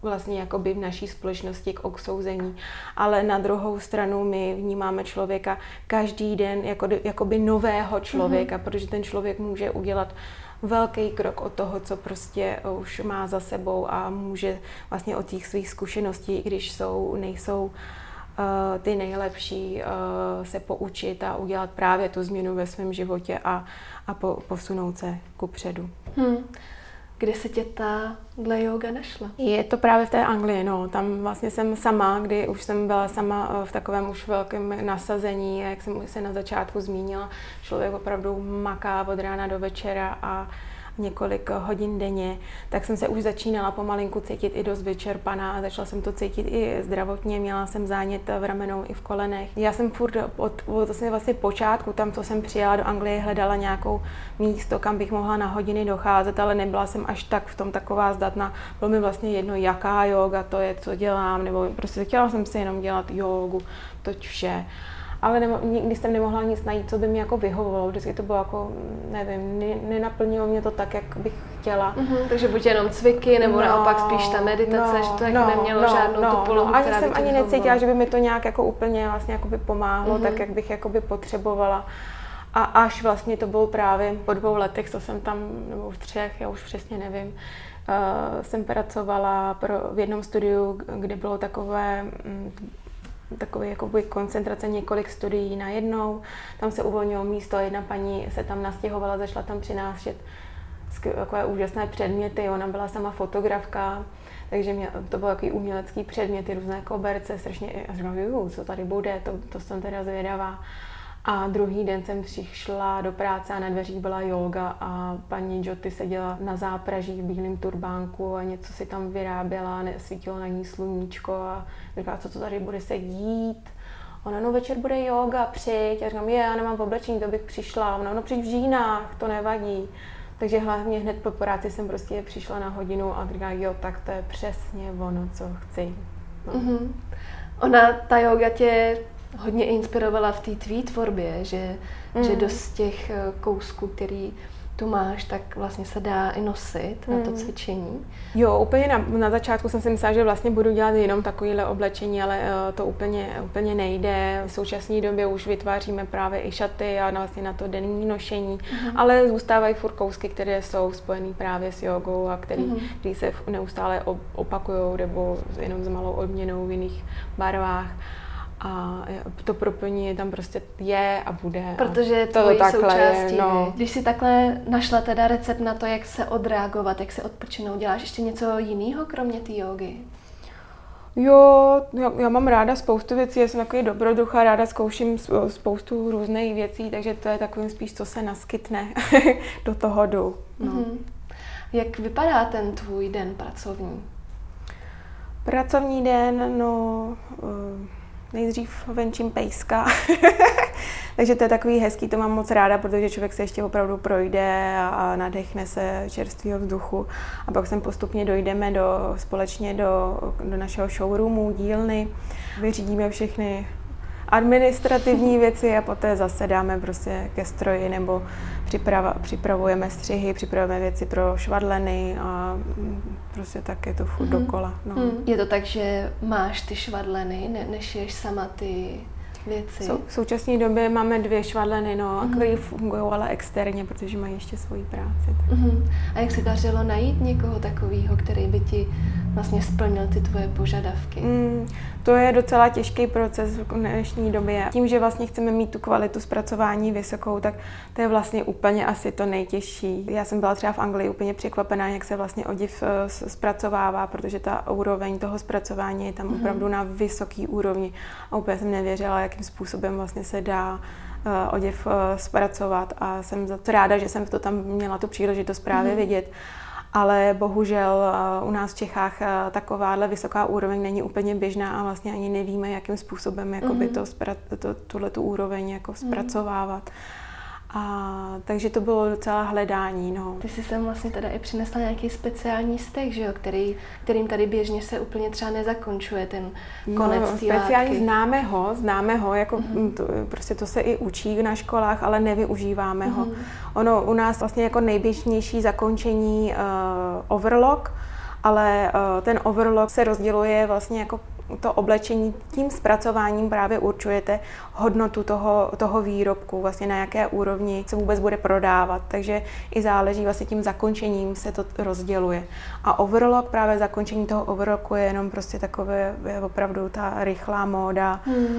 vlastně jakoby v naší společnosti k odsouzení. Ale na druhou stranu my vnímáme člověka každý den jakoby nového člověka, protože ten člověk může udělat velký krok od toho, co prostě už má za sebou a může vlastně od těch svých zkušeností, i když nejsou ty nejlepší, se poučit a udělat právě tu změnu ve svém životě a posunout se kupředu. Kde se tě tahle yoga našla? Je to právě v té Anglii, no. Tam vlastně jsem sama, kdy už jsem byla sama v takovém už velkém nasazení, jak jsem se na začátku zmínila, člověk opravdu maká od rána do večera a několik hodin denně, tak jsem se už začínala pomalinku cítit i dost vyčerpaná a začala jsem to cítit i zdravotně, měla jsem zánět v ramenou i v kolenech. Já jsem furt od vlastně počátku, tam, co jsem přijela do Anglie, hledala nějakou místo, kam bych mohla na hodiny docházet, ale nebyla jsem až tak v tom taková zdatná. Bylo mi vlastně jedno, jaká yoga to je, co dělám, nebo prostě chtěla jsem si jenom dělat jogu, to vše. Ale nikdy jsem nemohla nic najít, co by mi jako vyhovovalo. Vždycky to bylo jako, nevím, nenaplnilo mě to tak, jak bych chtěla. Takže buď jenom cviky, nebo naopak spíš ta meditace, že to jako nemělo žádnou tu polohu, která by ani necítila, že by mi to nějak jako úplně vlastně jakoby pomáhlo, tak, jak bych jakoby potřebovala. A až vlastně to bylo právě po 2 letech, co jsem tam, nebo v 3, já už přesně nevím, jsem pracovala v jednom studiu, kde bylo takové jakoby koncentrace několik studií najednou. Tam se uvolnilo místo, jedna paní se tam nastěhovala, začala tam přinášet takové úžasné předměty, ona byla sama fotografka, takže to bylo takový umělecký předměty, různé koberce, strašně, a říkám, co tady bude, to jsem teda zvědavá. A druhý den jsem přišla do práce a na dveřích byla yoga a paní Jyoti seděla na zápraží v bílém turbánku a něco si tam vyráběla, svítilo na ní sluníčko a říkala, co to tady bude se dít. Ona, no večer bude yoga, přijď. Já říkám, já nemám oblečení, to bych přišla. Ona, no přijď v žínách, to nevadí. Takže hlavně hned po práci jsem prostě přišla na hodinu a říkala, jo, tak to je přesně ono, co chci. No. Ta yoga tě hodně inspirovala v té tvý tvorbě, že dost těch kousků, který tu máš, tak vlastně se dá i nosit na to cvičení. Jo, úplně na začátku jsem si myslela, že vlastně budu dělat jenom takovýhle oblečení, ale to úplně nejde. V současné době už vytváříme právě i šaty a vlastně na to denní nošení, ale zůstávají furt kousky, které jsou spojené právě s jogou a který se neustále opakují nebo jenom s malou odměnou v jiných barvách. A to propojení tam prostě je a bude. Protože to je součástí. No. Když si takhle našla teda recept na to, jak se odreagovat, jak se odpočinout, děláš ještě něco jiného kromě té jógy? Jo, já mám ráda spoustu věcí, já jsem takový dobrodruh a ráda zkouším spoustu různých věcí, takže to je takovým spíš, co se naskytne, do toho jdu. No. Jak vypadá ten tvůj den pracovní? Pracovní den, nejdřív venčím pejska, takže to je takový hezký, to mám moc ráda, protože člověk se ještě opravdu projde a nadechne se čerstvého vzduchu a pak sem postupně dojdeme společně do našeho showroomu, dílny, vyřídíme všechny administrativní věci a poté zase dáme prostě ke stroji nebo připravujeme střihy, připravujeme věci pro švadleny a prostě tak je to furt dokola. No. Je to tak, že máš ty švadleny, nešiješ sama ty věci? V současné době máme 2 švadleny, které fungují ale externě, protože mají ještě svoji práci. A jak se dařilo najít někoho takového, který by ti vlastně splnil ty tvoje požadavky? To je docela těžký proces v dnešní době. Tím, že vlastně chceme mít tu kvalitu zpracování vysokou, tak to je vlastně úplně asi to nejtěžší. Já jsem byla třeba v Anglii úplně překvapená, jak se vlastně oděv zpracovává, protože ta úroveň toho zpracování je tam opravdu na vysoký úrovni. A úplně jsem nevěřila, jakým způsobem vlastně se dá oděv zpracovat. A jsem za to ráda, že jsem to tam měla tu příležitost právě vidět. Ale bohužel u nás v Čechách takováhle vysoká úroveň není úplně běžná a vlastně ani nevíme, jakým způsobem jakoby tuhletu úroveň jako zpracovávat. Takže to bylo docela hledání. No. Ty jsi sem vlastně teda i přinesla nějaký speciální vztah, že jo, kterým tady běžně se úplně třeba nezakončuje ten konec té látky. Speciální známe ho, jako prostě to se i učí na školách, ale nevyužíváme ho. Ono u nás vlastně jako nejběžnější zakončení overlock ale ten overlock se rozděluje vlastně jako to oblečení, tím zpracováním právě určujete hodnotu toho výrobku, vlastně na jaké úrovni se vůbec bude prodávat, takže i záleží vlastně tím zakončením se to rozděluje. A overlock, právě zakončení toho overlocku je jenom prostě takové, je opravdu ta rychlá móda,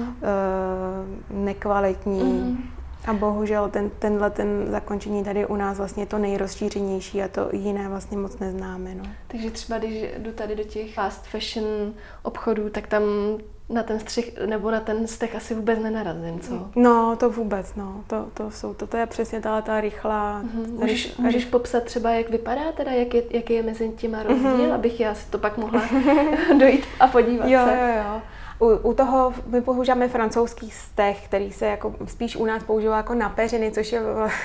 nekvalitní. A bohužel tenhle zakončení tady je u nás vlastně to nejrozšířenější a to jiné vlastně moc neznáme. No. Takže třeba když jdu tady do těch fast fashion obchodů, tak tam na ten střih nebo na ten steh asi vůbec nenarazím, co? No, to vůbec, no. To je přesně ta rychlá... Můžeš popsat třeba, jak vypadá teda, jaký je mezi těma rozdíl, abych já si to pak mohla dojít a podívat se. Jo. U toho my používáme francouzský steh, který se jako spíš u nás používá jako na peřiny, což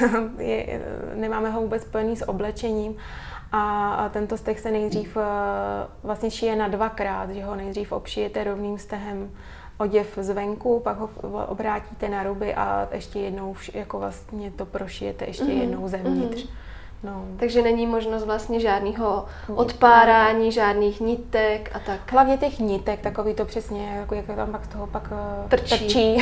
nemáme ho vůbec spojený s oblečením. A tento steh se nejdřív vlastně šije na dvakrát, že ho nejdřív obšijete rovným stehem oděv zvenku, pak ho obrátíte na ruby a ještě jednou jako vlastně to prošijete ještě jednou zevnitř. No. Takže není možnost vlastně žádného odpárání, žádných nitek a tak. Hlavně těch nitek, takový to přesně, jako jak tam pak z toho pak trčí.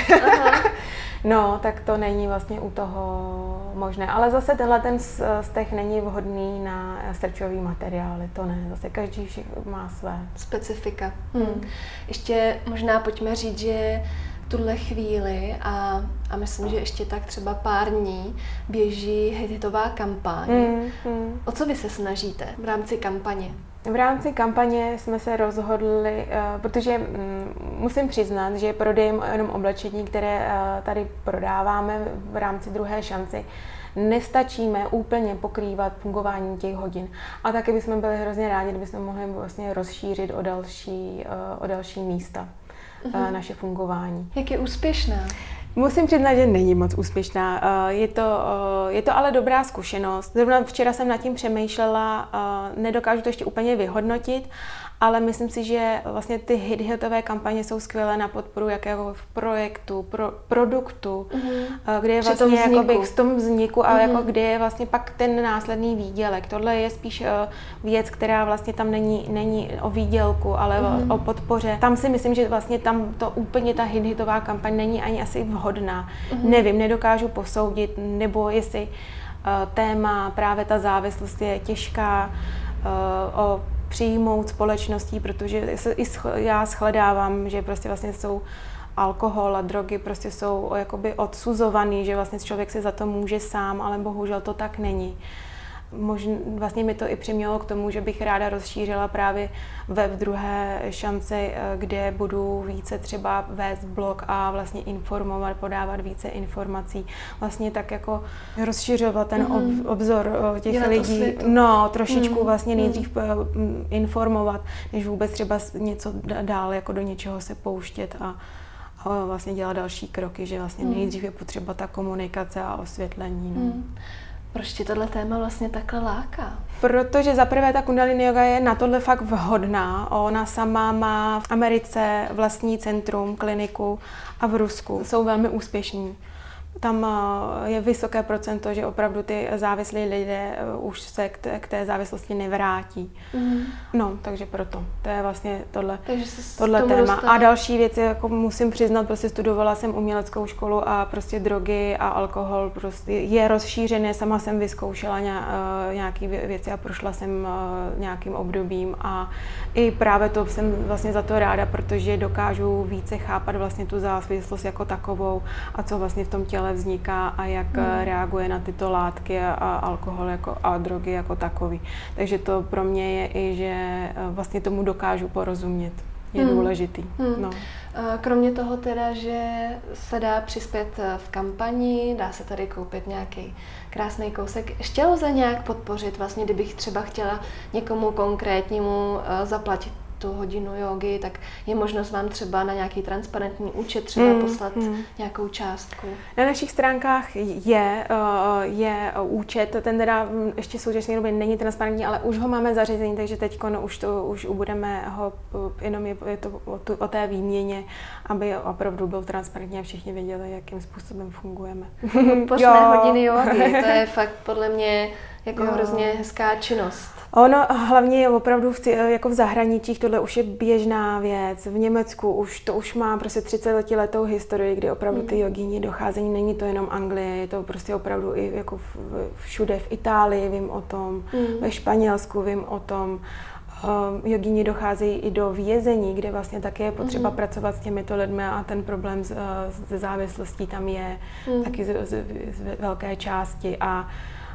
No, tak to není vlastně u toho možné. Ale zase ten steh není vhodný na strčový materiály, to ne. Zase každý má své specifika. Ještě možná pojďme říct, že tuhle chvíli a myslím, že ještě tak třeba pár dní běží hitová kampaň. O co vy se snažíte v rámci kampaně? V rámci kampaně jsme se rozhodli, protože musím přiznat, že prodejem jenom oblečení, které tady prodáváme v rámci druhé šanci, nestačíme úplně pokrývat fungování těch hodin. A taky bychom byli hrozně rádi, kdybychom mohli vlastně rozšířit o další místa. Naše fungování. Jak je úspěšná? Musím přiznat, že není moc úspěšná. Je to ale dobrá zkušenost. Zrovna včera jsem nad tím přemýšlela, nedokážu to ještě úplně vyhodnotit, ale myslím si, že vlastně ty hitové kampaně jsou skvělé na podporu jakéhokoliv projektu, produktu, kde je vlastně jakoby v tom vzniku a jako kde je vlastně pak ten následný výdělek. Tohle je spíš věc, která vlastně tam není o výdělku, ale o podpoře. Tam si myslím, že vlastně tam to úplně ta hitová kampaň není ani asi vhodná. Nevím, nedokážu posoudit, nebo jestli téma, právě ta závislost je těžká přijmout společností, protože já shledávám, že prostě vlastně jsou alkohol a drogy prostě jsou jakoby odsuzovaný, že vlastně člověk si za to může sám, ale bohužel to tak není. Vlastně mi to i přimělo k tomu, že bych ráda rozšířila právě web druhé šance, kde budu více třeba vést blog a vlastně informovat, podávat více informací. Vlastně tak jako rozšiřovat ten obzor těch lidí. No, trošičku vlastně nejdřív informovat, než vůbec třeba něco dál jako do něčeho se pouštět a vlastně dělat další kroky, že vlastně nejdřív je potřeba ta komunikace a osvětlení. No. Proč tě tohle téma vlastně takhle láká? Protože zaprvé ta kundalini yoga je na tohle fakt vhodná. Ona sama má v Americe vlastní centrum, kliniku a v Rusku. Jsou velmi úspěšní. Tam je vysoké procento, že opravdu ty závislí lidé už se k té závislosti nevrátí. No, takže proto. To je vlastně tohle téma. A další věc, jako musím přiznat, prostě studovala jsem uměleckou školu a prostě drogy a alkohol prostě je rozšířené. Sama jsem vyzkoušela nějaké věci a prošla jsem nějakým obdobím a i právě to jsem vlastně za to ráda, protože dokážu více chápat vlastně tu závislost jako takovou a co vlastně v tom těle vzniká a jak reaguje na tyto látky a alkohol a drogy jako takový. Takže to pro mě je i, že vlastně tomu dokážu porozumět. Je důležitý. No. Kromě toho teda, že se dá přispět v kampani, dá se tady koupit nějaký krásný kousek. Ještě lze nějak podpořit, vlastně, kdybych třeba chtěla někomu konkrétnímu zaplatit tu hodinu jógy, tak je možnost vám třeba na nějaký transparentní účet třeba poslat nějakou částku. Na našich stránkách je účet, ten teda ještě v současné době není transparentní, ale už ho máme zařízený, takže teď už budeme ho, jenom je to o té výměně, aby opravdu byl transparentní a všichni věděli, jakým způsobem fungujeme. Podpořné hodiny jógy, to je fakt podle mě jako hrozně hezká činnost. Ono hlavně je opravdu jako v zahraničích, tohle už je běžná věc. V Německu už má prostě 30letou historii, kdy opravdu ty jogíni docházení, není to jenom Anglie, je to prostě opravdu i jako všude v Itálii vím o tom, ve Španělsku vím o tom. Jogíni docházejí i do vězení, kde vlastně také je potřeba pracovat s těmito lidmi a ten problém se závislostí tam je taky z velké části a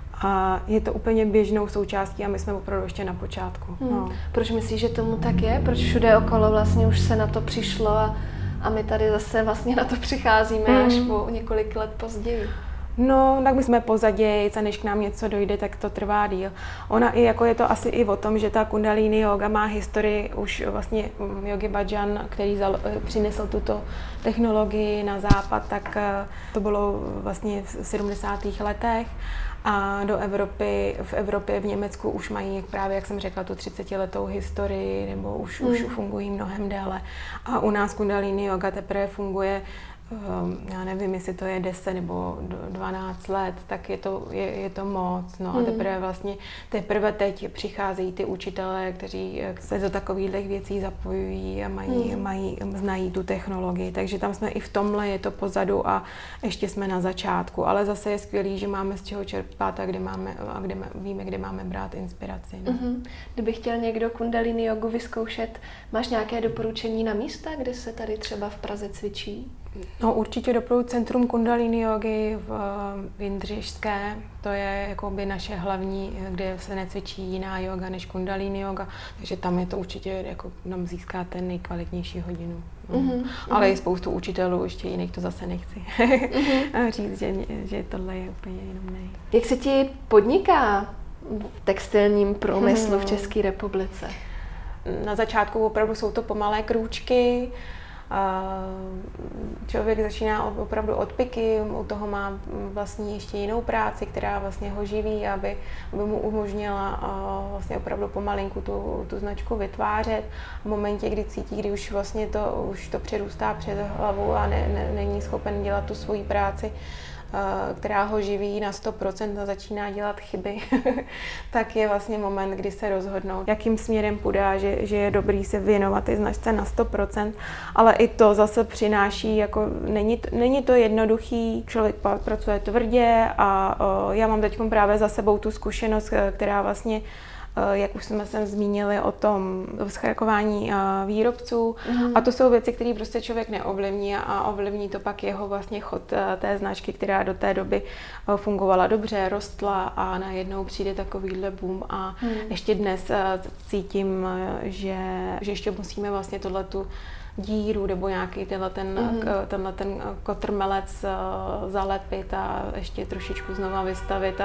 je to úplně běžnou součástí a my jsme opravdu ještě na počátku. No. Proč myslíš, že tomu tak je? Proč všude okolo vlastně už se na to přišlo a my tady zase vlastně na to přicházíme až po několik let později? No, tak my jsme pozadějc a než k nám něco dojde, tak to trvá díl. Ona i jako je to asi i o tom, že ta kundalini yoga má historii už vlastně Yogi Bhajan, který přinesl tuto technologii na západ, tak to bylo vlastně v 70. letech a do Evropy, v Evropě, v Německu už mají právě, jak jsem řekla, tu 30letou historii, nebo už fungují mnohem déle. A u nás kundalini yoga teprve funguje, já nevím, jestli to je 10 nebo 12 let, tak je to moc. No. A teprve teď přicházejí ty učitelé, kteří se do takových věcí zapojují a znají tu technologii. Takže tam jsme i v tomhle, je to pozadu a ještě jsme na začátku. Ale zase je skvělý, že máme z čeho čerpat a víme, kde máme brát inspiraci. No. Kdyby chtěl někdo kundalini jogu vyzkoušet, máš nějaké doporučení na místa, kde se tady třeba v Praze cvičí? No, určitě doporučuji Centrum kundalini jogy v Jindřišské. To je jakoby naše hlavní, kde se necvičí jiná yoga než kundalini yoga, takže tam je to určitě, jako nám získáte nejkvalitnější hodinu. Ale i spoustu učitelů, ještě jiných to zase nechci říct, že tohle je úplně jenom nej. Jak se ti podniká v textilním průmyslu v České republice? Na začátku opravdu jsou to pomalé krůčky. Člověk začíná opravdu od piky, u toho má vlastně ještě jinou práci, která vlastně ho živí, aby mu umožnila vlastně opravdu pomalinku tu značku vytvářet. V momentě, kdy cítí, kdy už vlastně už to přerůstá přes hlavu a není schopen dělat tu svoji práci, která ho živí na 100% a začíná dělat chyby, tak je vlastně moment, kdy se rozhodnou, jakým směrem půjde, že je dobrý se věnovat té značce na 100%, ale i to zase přináší, jako není to jednoduchý, člověk pracuje tvrdě a já mám teď právě za sebou tu zkušenost, která vlastně, jak už jsme se zmínili o tom zkrakování výrobců. A to jsou věci, které prostě člověk neovlivní a ovlivní to pak jeho vlastně chod té značky, která do té doby fungovala dobře, rostla a najednou přijde takovýhle boom a ještě dnes cítím, že ještě musíme vlastně tohletu díru nebo nějaký tenhle ten kotrmelec zalepit a ještě trošičku znova vystavit.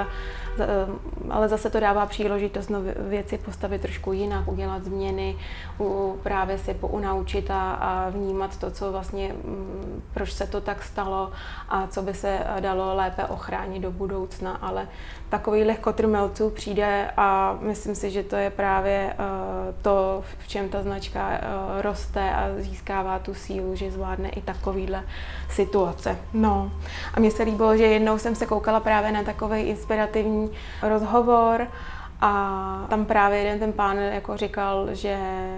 Ale zase to dává příležitost věci postavit trošku jinak, udělat změny, právě si pounaučit a vnímat to, co vlastně, proč se to tak stalo a co by se dalo lépe ochránit do budoucna. Ale takových kotrmelců přijde a myslím si, že to je právě to, v čem ta značka roste a získává tu sílu, že zvládne i takovýhle situace. No. A mně se líbilo, že jednou jsem se koukala právě na takový inspirativní rozhovor a tam právě jeden ten pán jako říkal, že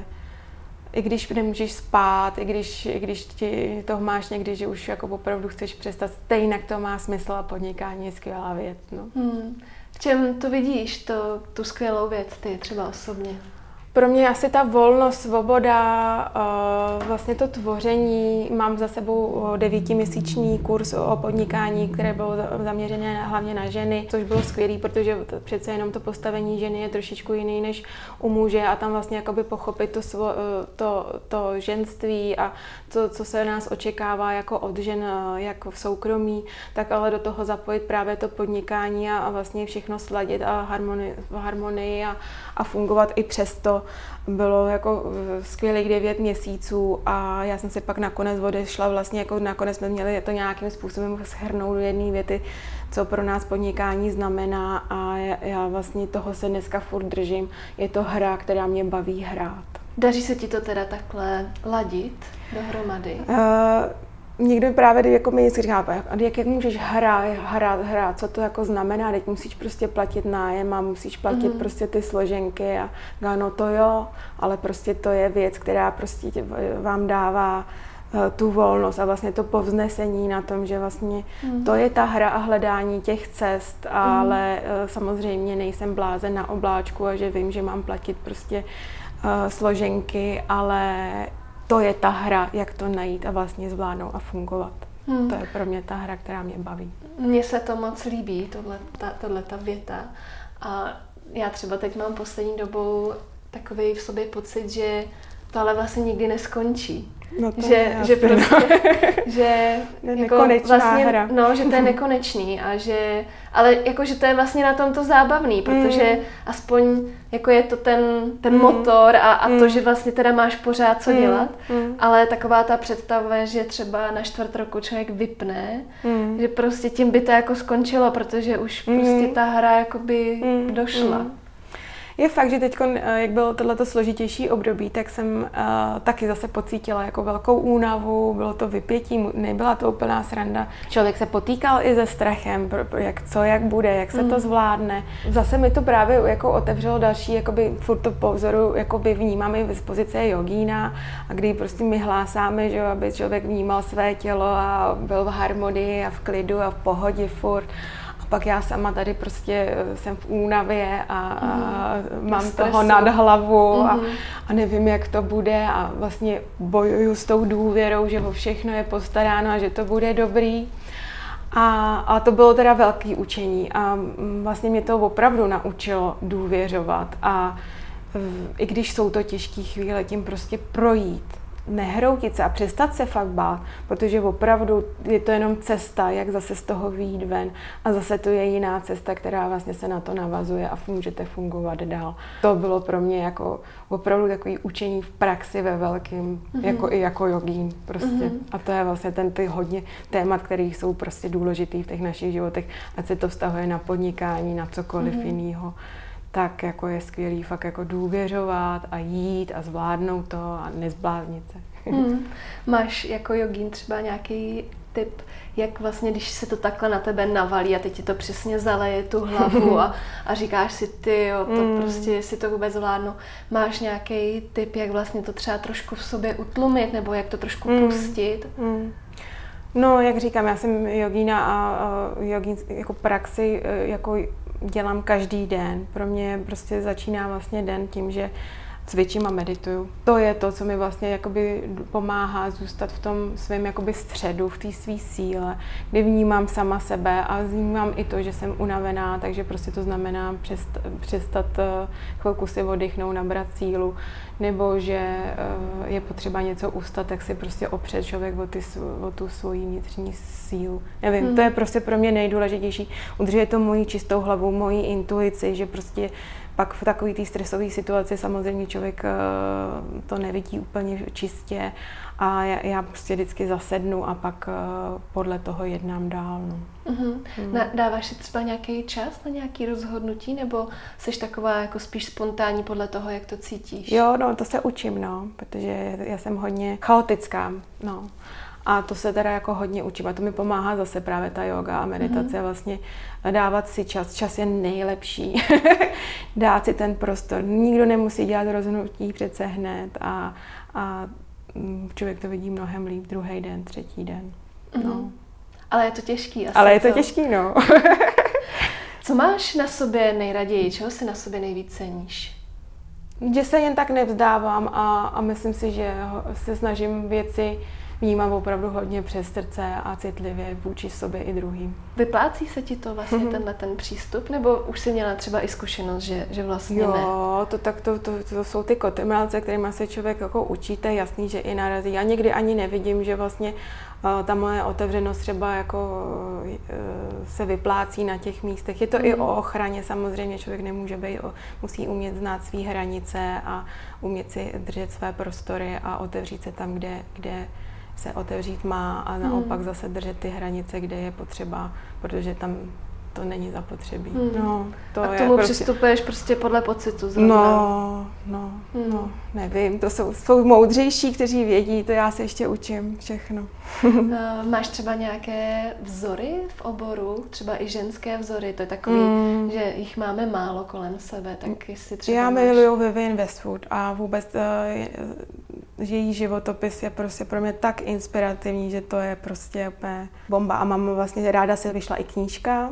i když nemůžeš spát, i když ti toho máš někdy, že už jako opravdu chceš přestat, stejně to má smysl a podnikání je skvělá věc. No. V čem to vidíš, tu skvělou věc ty třeba osobně? Pro mě asi ta volnost, svoboda, vlastně to tvoření. Mám za sebou 9měsíční kurz o podnikání, které bylo zaměřené hlavně na ženy, což bylo skvělé, protože přece jenom to postavení ženy je trošičku jiný než u muže a tam vlastně jakoby pochopit to ženství a to, co se nás očekává jako od žen, jak v soukromí, tak ale do toho zapojit právě to podnikání a vlastně všechno sladit a harmonii a fungovat i přesto. Bylo jako skvělých 9 měsíců a já jsem si pak nakonec odešla, vlastně jako nakonec jsme měli to nějakým způsobem shrnout do jedné věty, co pro nás podnikání znamená a já vlastně toho se dneska furt držím. Je to hra, která mě baví hrát. Daří se ti to teda takhle ladit dohromady? někdo právě jako mi vždycky říká, jak můžeš hrát, co to jako znamená, teď musíš prostě platit nájem a musíš platit prostě ty složenky a no to jo, ale prostě to je věc, která prostě vám dává tu volnost a vlastně to povznesení na tom, že vlastně to je ta hra a hledání těch cest, ale samozřejmě nejsem blázen na obláčku a že vím, že mám platit prostě složenky, ale to je ta hra, jak to najít a vlastně zvládnout a fungovat. To je pro mě ta hra, která mě baví. Mně se to moc líbí, tato věta. A já třeba teď mám poslední dobou takový v sobě pocit, že to ale vlastně nikdy neskončí. No to že prostě, že jako vlastně, hra. No, že to je nekonečný a ale jako, že to je vlastně na tom to zábavný, protože aspoň jako je to ten motor a to, že vlastně teda máš pořád co dělat, ale taková ta představa, že třeba na 4 roku člověk vypne, že prostě tím by to jako skončilo, protože už prostě ta hra jakoby došla. Je fakt, že teď, jak bylo tohleto složitější období, tak jsem taky zase pocítila jako velkou únavu, bylo to vypětí, nebyla to úplná sranda. Člověk se potýkal i se strachem, jak bude, jak se to zvládne. Zase mi to právě jako otevřelo další, jakoby furt to po vzoru jakoby vnímám i z pozice jogína, a kdy prostě my hlásáme, že aby člověk vnímal své tělo a byl v harmonii a v klidu a v pohodě furt. Pak já sama tady prostě jsem v únavě a mám toho nad hlavu a nevím, jak to bude a vlastně bojuju s tou důvěrou, že o všechno je postaráno a že to bude dobrý. A to bylo teda velké učení a vlastně mě to opravdu naučilo důvěřovat a i když jsou to těžké chvíle, tím prostě projít. Nehroutit se a přestat se fakt bát, protože opravdu je to jenom cesta, jak zase z toho vyjít ven a zase to je jiná cesta, která vlastně se na to navazuje a můžete fungovat dál. To bylo pro mě jako opravdu takový učení v praxi ve velkým, jako i jako jogín prostě. A to je vlastně ty hodně témat, které jsou prostě důležitý v těch našich životech, ať se to vztahuje na podnikání, na cokoliv jiného. Tak jako je skvělý fakt jako důvěřovat a jít a zvládnout to a nezbláznit se. Máš jako jogín třeba nějaký tip, jak vlastně, když se to takhle na tebe navalí a teď ti to přesně zaleje tu hlavu a říkáš si, tyjo, to prostě si to vůbec zvládnu. Máš nějaký tip, jak vlastně to třeba trošku v sobě utlumit nebo jak to trošku pustit? No, jak říkám, já jsem jogína a jogín jako praxi jako dělám každý den. Pro mě prostě začíná vlastně den tím, že cvičím a medituju. To je to, co mi vlastně jakoby pomáhá zůstat v tom svém jakoby středu, v té své síle, kdy vnímám sama sebe a vnímám i to, že jsem unavená, takže prostě to znamená přestat chvilku si oddychnout, nabrat sílu, nebo že je potřeba něco ustat, tak si prostě opřet člověk o tu svoji vnitřní sílu. Nevím, to je prostě pro mě nejdůležitější. Udržuje to moji čistou hlavu, moji intuici, že prostě pak v takové té stresové situaci samozřejmě člověk to nevidí úplně čistě a já prostě vždycky zasednu a pak podle toho jednám dál. No. Dáváš si třeba nějaký čas na nějaké rozhodnutí nebo jsi taková jako spíš spontánní podle toho, jak to cítíš? Jo, no to se učím, no, protože já jsem hodně chaotická, no. A to se teda jako hodně učím a to mi pomáhá zase právě ta yoga a meditace vlastně dávat si čas. Čas je nejlepší. Dát si ten prostor. Nikdo nemusí dělat rozhodnutí přece hned a člověk to vidí mnohem líp druhý den, třetí den. No. Ale je to těžký asi. Ale je to těžký, no. Co máš na sobě nejraději? Čeho si na sobě nejvíc ceníš? Že se jen tak nevzdávám a myslím si, že se snažím věci vnímám opravdu hodně přes srdce a citlivě vůči sobě i druhým. Vyplácí se ti to vlastně ten přístup, nebo už jsi měla třeba i zkušenost, že vlastně ne? Jo, to jsou ty kotrmelce, kterými se člověk jako učíte, jasný, že i narazí. Já někdy ani nevidím, že vlastně ta moje otevřenost třeba jako se vyplácí na těch místech. Je to i o ochraně, samozřejmě člověk nemůže být, musí umět znát své hranice a umět si držet své prostory a otevřít se tam, kde se otevřít má a naopak zase držet ty hranice, kde je potřeba, protože tam to není zapotřebí. To a k tomu přistupuješ prostě podle pocitu zrovna. Nevím, to jsou moudřejší, kteří vědí, to já se ještě učím všechno. Máš třeba nějaké vzory v oboru, třeba i ženské vzory, to je takový, že jich máme málo kolem sebe, tak jestli třeba já miluju Vivienne Westwood a vůbec její životopis je prostě pro mě tak inspirativní, že to je prostě úplně bomba. A mám vlastně ráda, se vyšla i knížka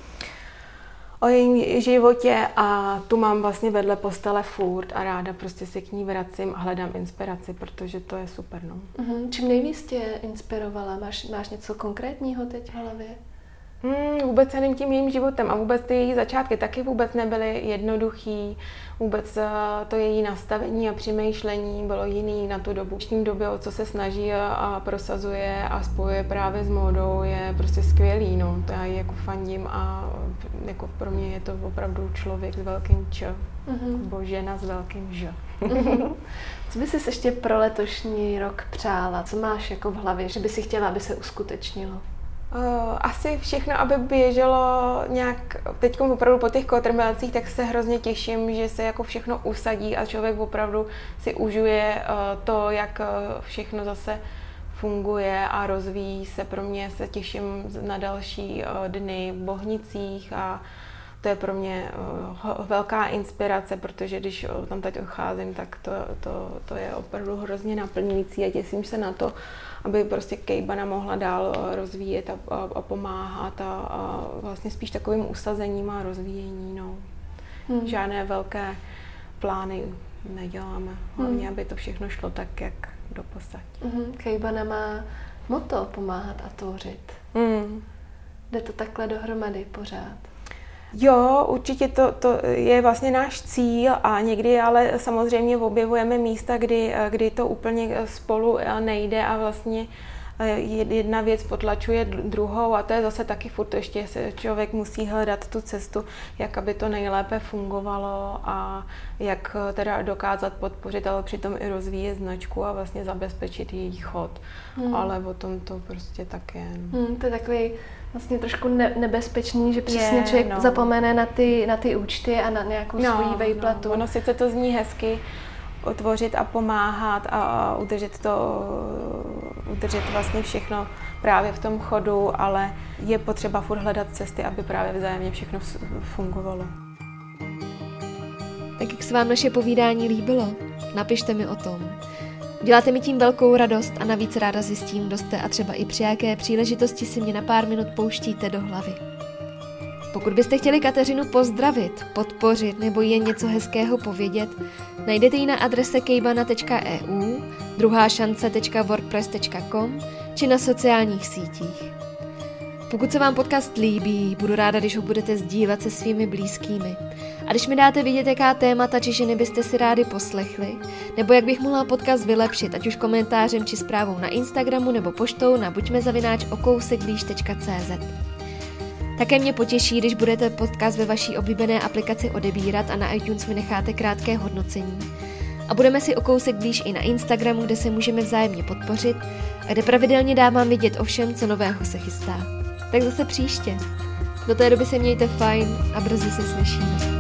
o jejím životě a tu mám vlastně vedle postele furt a ráda prostě se k ní vracím a hledám inspiraci, protože to je super. Čím nejvíc tě inspirovala? Máš něco konkrétního teď v hlavě? Vůbec celým tím jejím životem a vůbec ty její začátky taky vůbec nebyly jednoduchý. Vůbec to její nastavení a přemýšlení bylo jiný na tu dobu. V dnešní době, o co se snaží a prosazuje a spojuje právě s módou, je prostě skvělý. To já jí jako fandím a jako pro mě je to opravdu člověk s velkým Č. Nebo žena s velkým Ž. Co by si ještě pro letošní rok přála? Co máš jako v hlavě, že by si chtěla, aby se uskutečnilo? Asi všechno, aby běželo nějak, teď opravdu po těch kotrmelcích, tak se hrozně těším, že se jako všechno usadí a člověk opravdu si užije to, jak všechno zase funguje a rozvíjí se. Pro mě se těším na další dny v Bohnicích a to je pro mě velká inspirace, protože když tam teď odcházím, tak to je opravdu hrozně naplňující a těším se na to, aby prostě Kejbana mohla dál rozvíjet a pomáhat a vlastně spíš takovým usazením a rozvíjení. Žádné velké plány neděláme. Hlavně, aby to všechno šlo tak, jak doposud. Kejbana má motto pomáhat a tvořit. Jde to takhle dohromady pořád? Jo, určitě to je vlastně náš cíl a někdy ale samozřejmě objevujeme místa, kdy to úplně spolu nejde a vlastně jedna věc potlačuje druhou a to je zase taky furt ještě se člověk musí hledat tu cestu, jak aby to nejlépe fungovalo a jak teda dokázat podpořit, ale přitom i rozvíjet značku a vlastně zabezpečit její chod. Ale o tom to prostě tak je. To je takový vlastně trošku nebezpečný, že přesně člověk zapomene na ty účty a na nějakou svoji vejplatu. Ono sice to zní hezky, otvořit a pomáhat a udržet vlastně všechno právě v tom chodu, ale je potřeba furt hledat cesty, aby právě vzájemně všechno fungovalo. Tak jak se vám naše povídání líbilo? Napište mi o tom. Děláte mi tím velkou radost a navíc ráda zjistím, kdo jste a třeba i při jaké příležitosti si mě na pár minut pouštíte do hlavy. Pokud byste chtěli Kateřinu pozdravit, podpořit nebo jen něco hezkého povědět, najdete ji na adrese kejbana.eu, druhášance.wordpress.com či na sociálních sítích. Pokud se vám podcast líbí, budu ráda, když ho budete sdílet se svými blízkými. A když mi dáte vidět, jaká témata či ženy byste si rádi poslechli, nebo jak bych mohla podcast vylepšit, ať už komentářem či zprávou na Instagramu nebo poštou na buďmezavinač@okousekblíž.cz. Také mě potěší, když budete podcast ve vaší oblíbené aplikaci odebírat a na iTunes mi necháte krátké hodnocení. A budeme si o kousek blíž i na Instagramu, kde se můžeme vzájemně podpořit a kde pravidelně dávám vidět o všem, co nového se chystá. Tak zase příště. Do té doby se mějte fajn a brzy se slyšíme.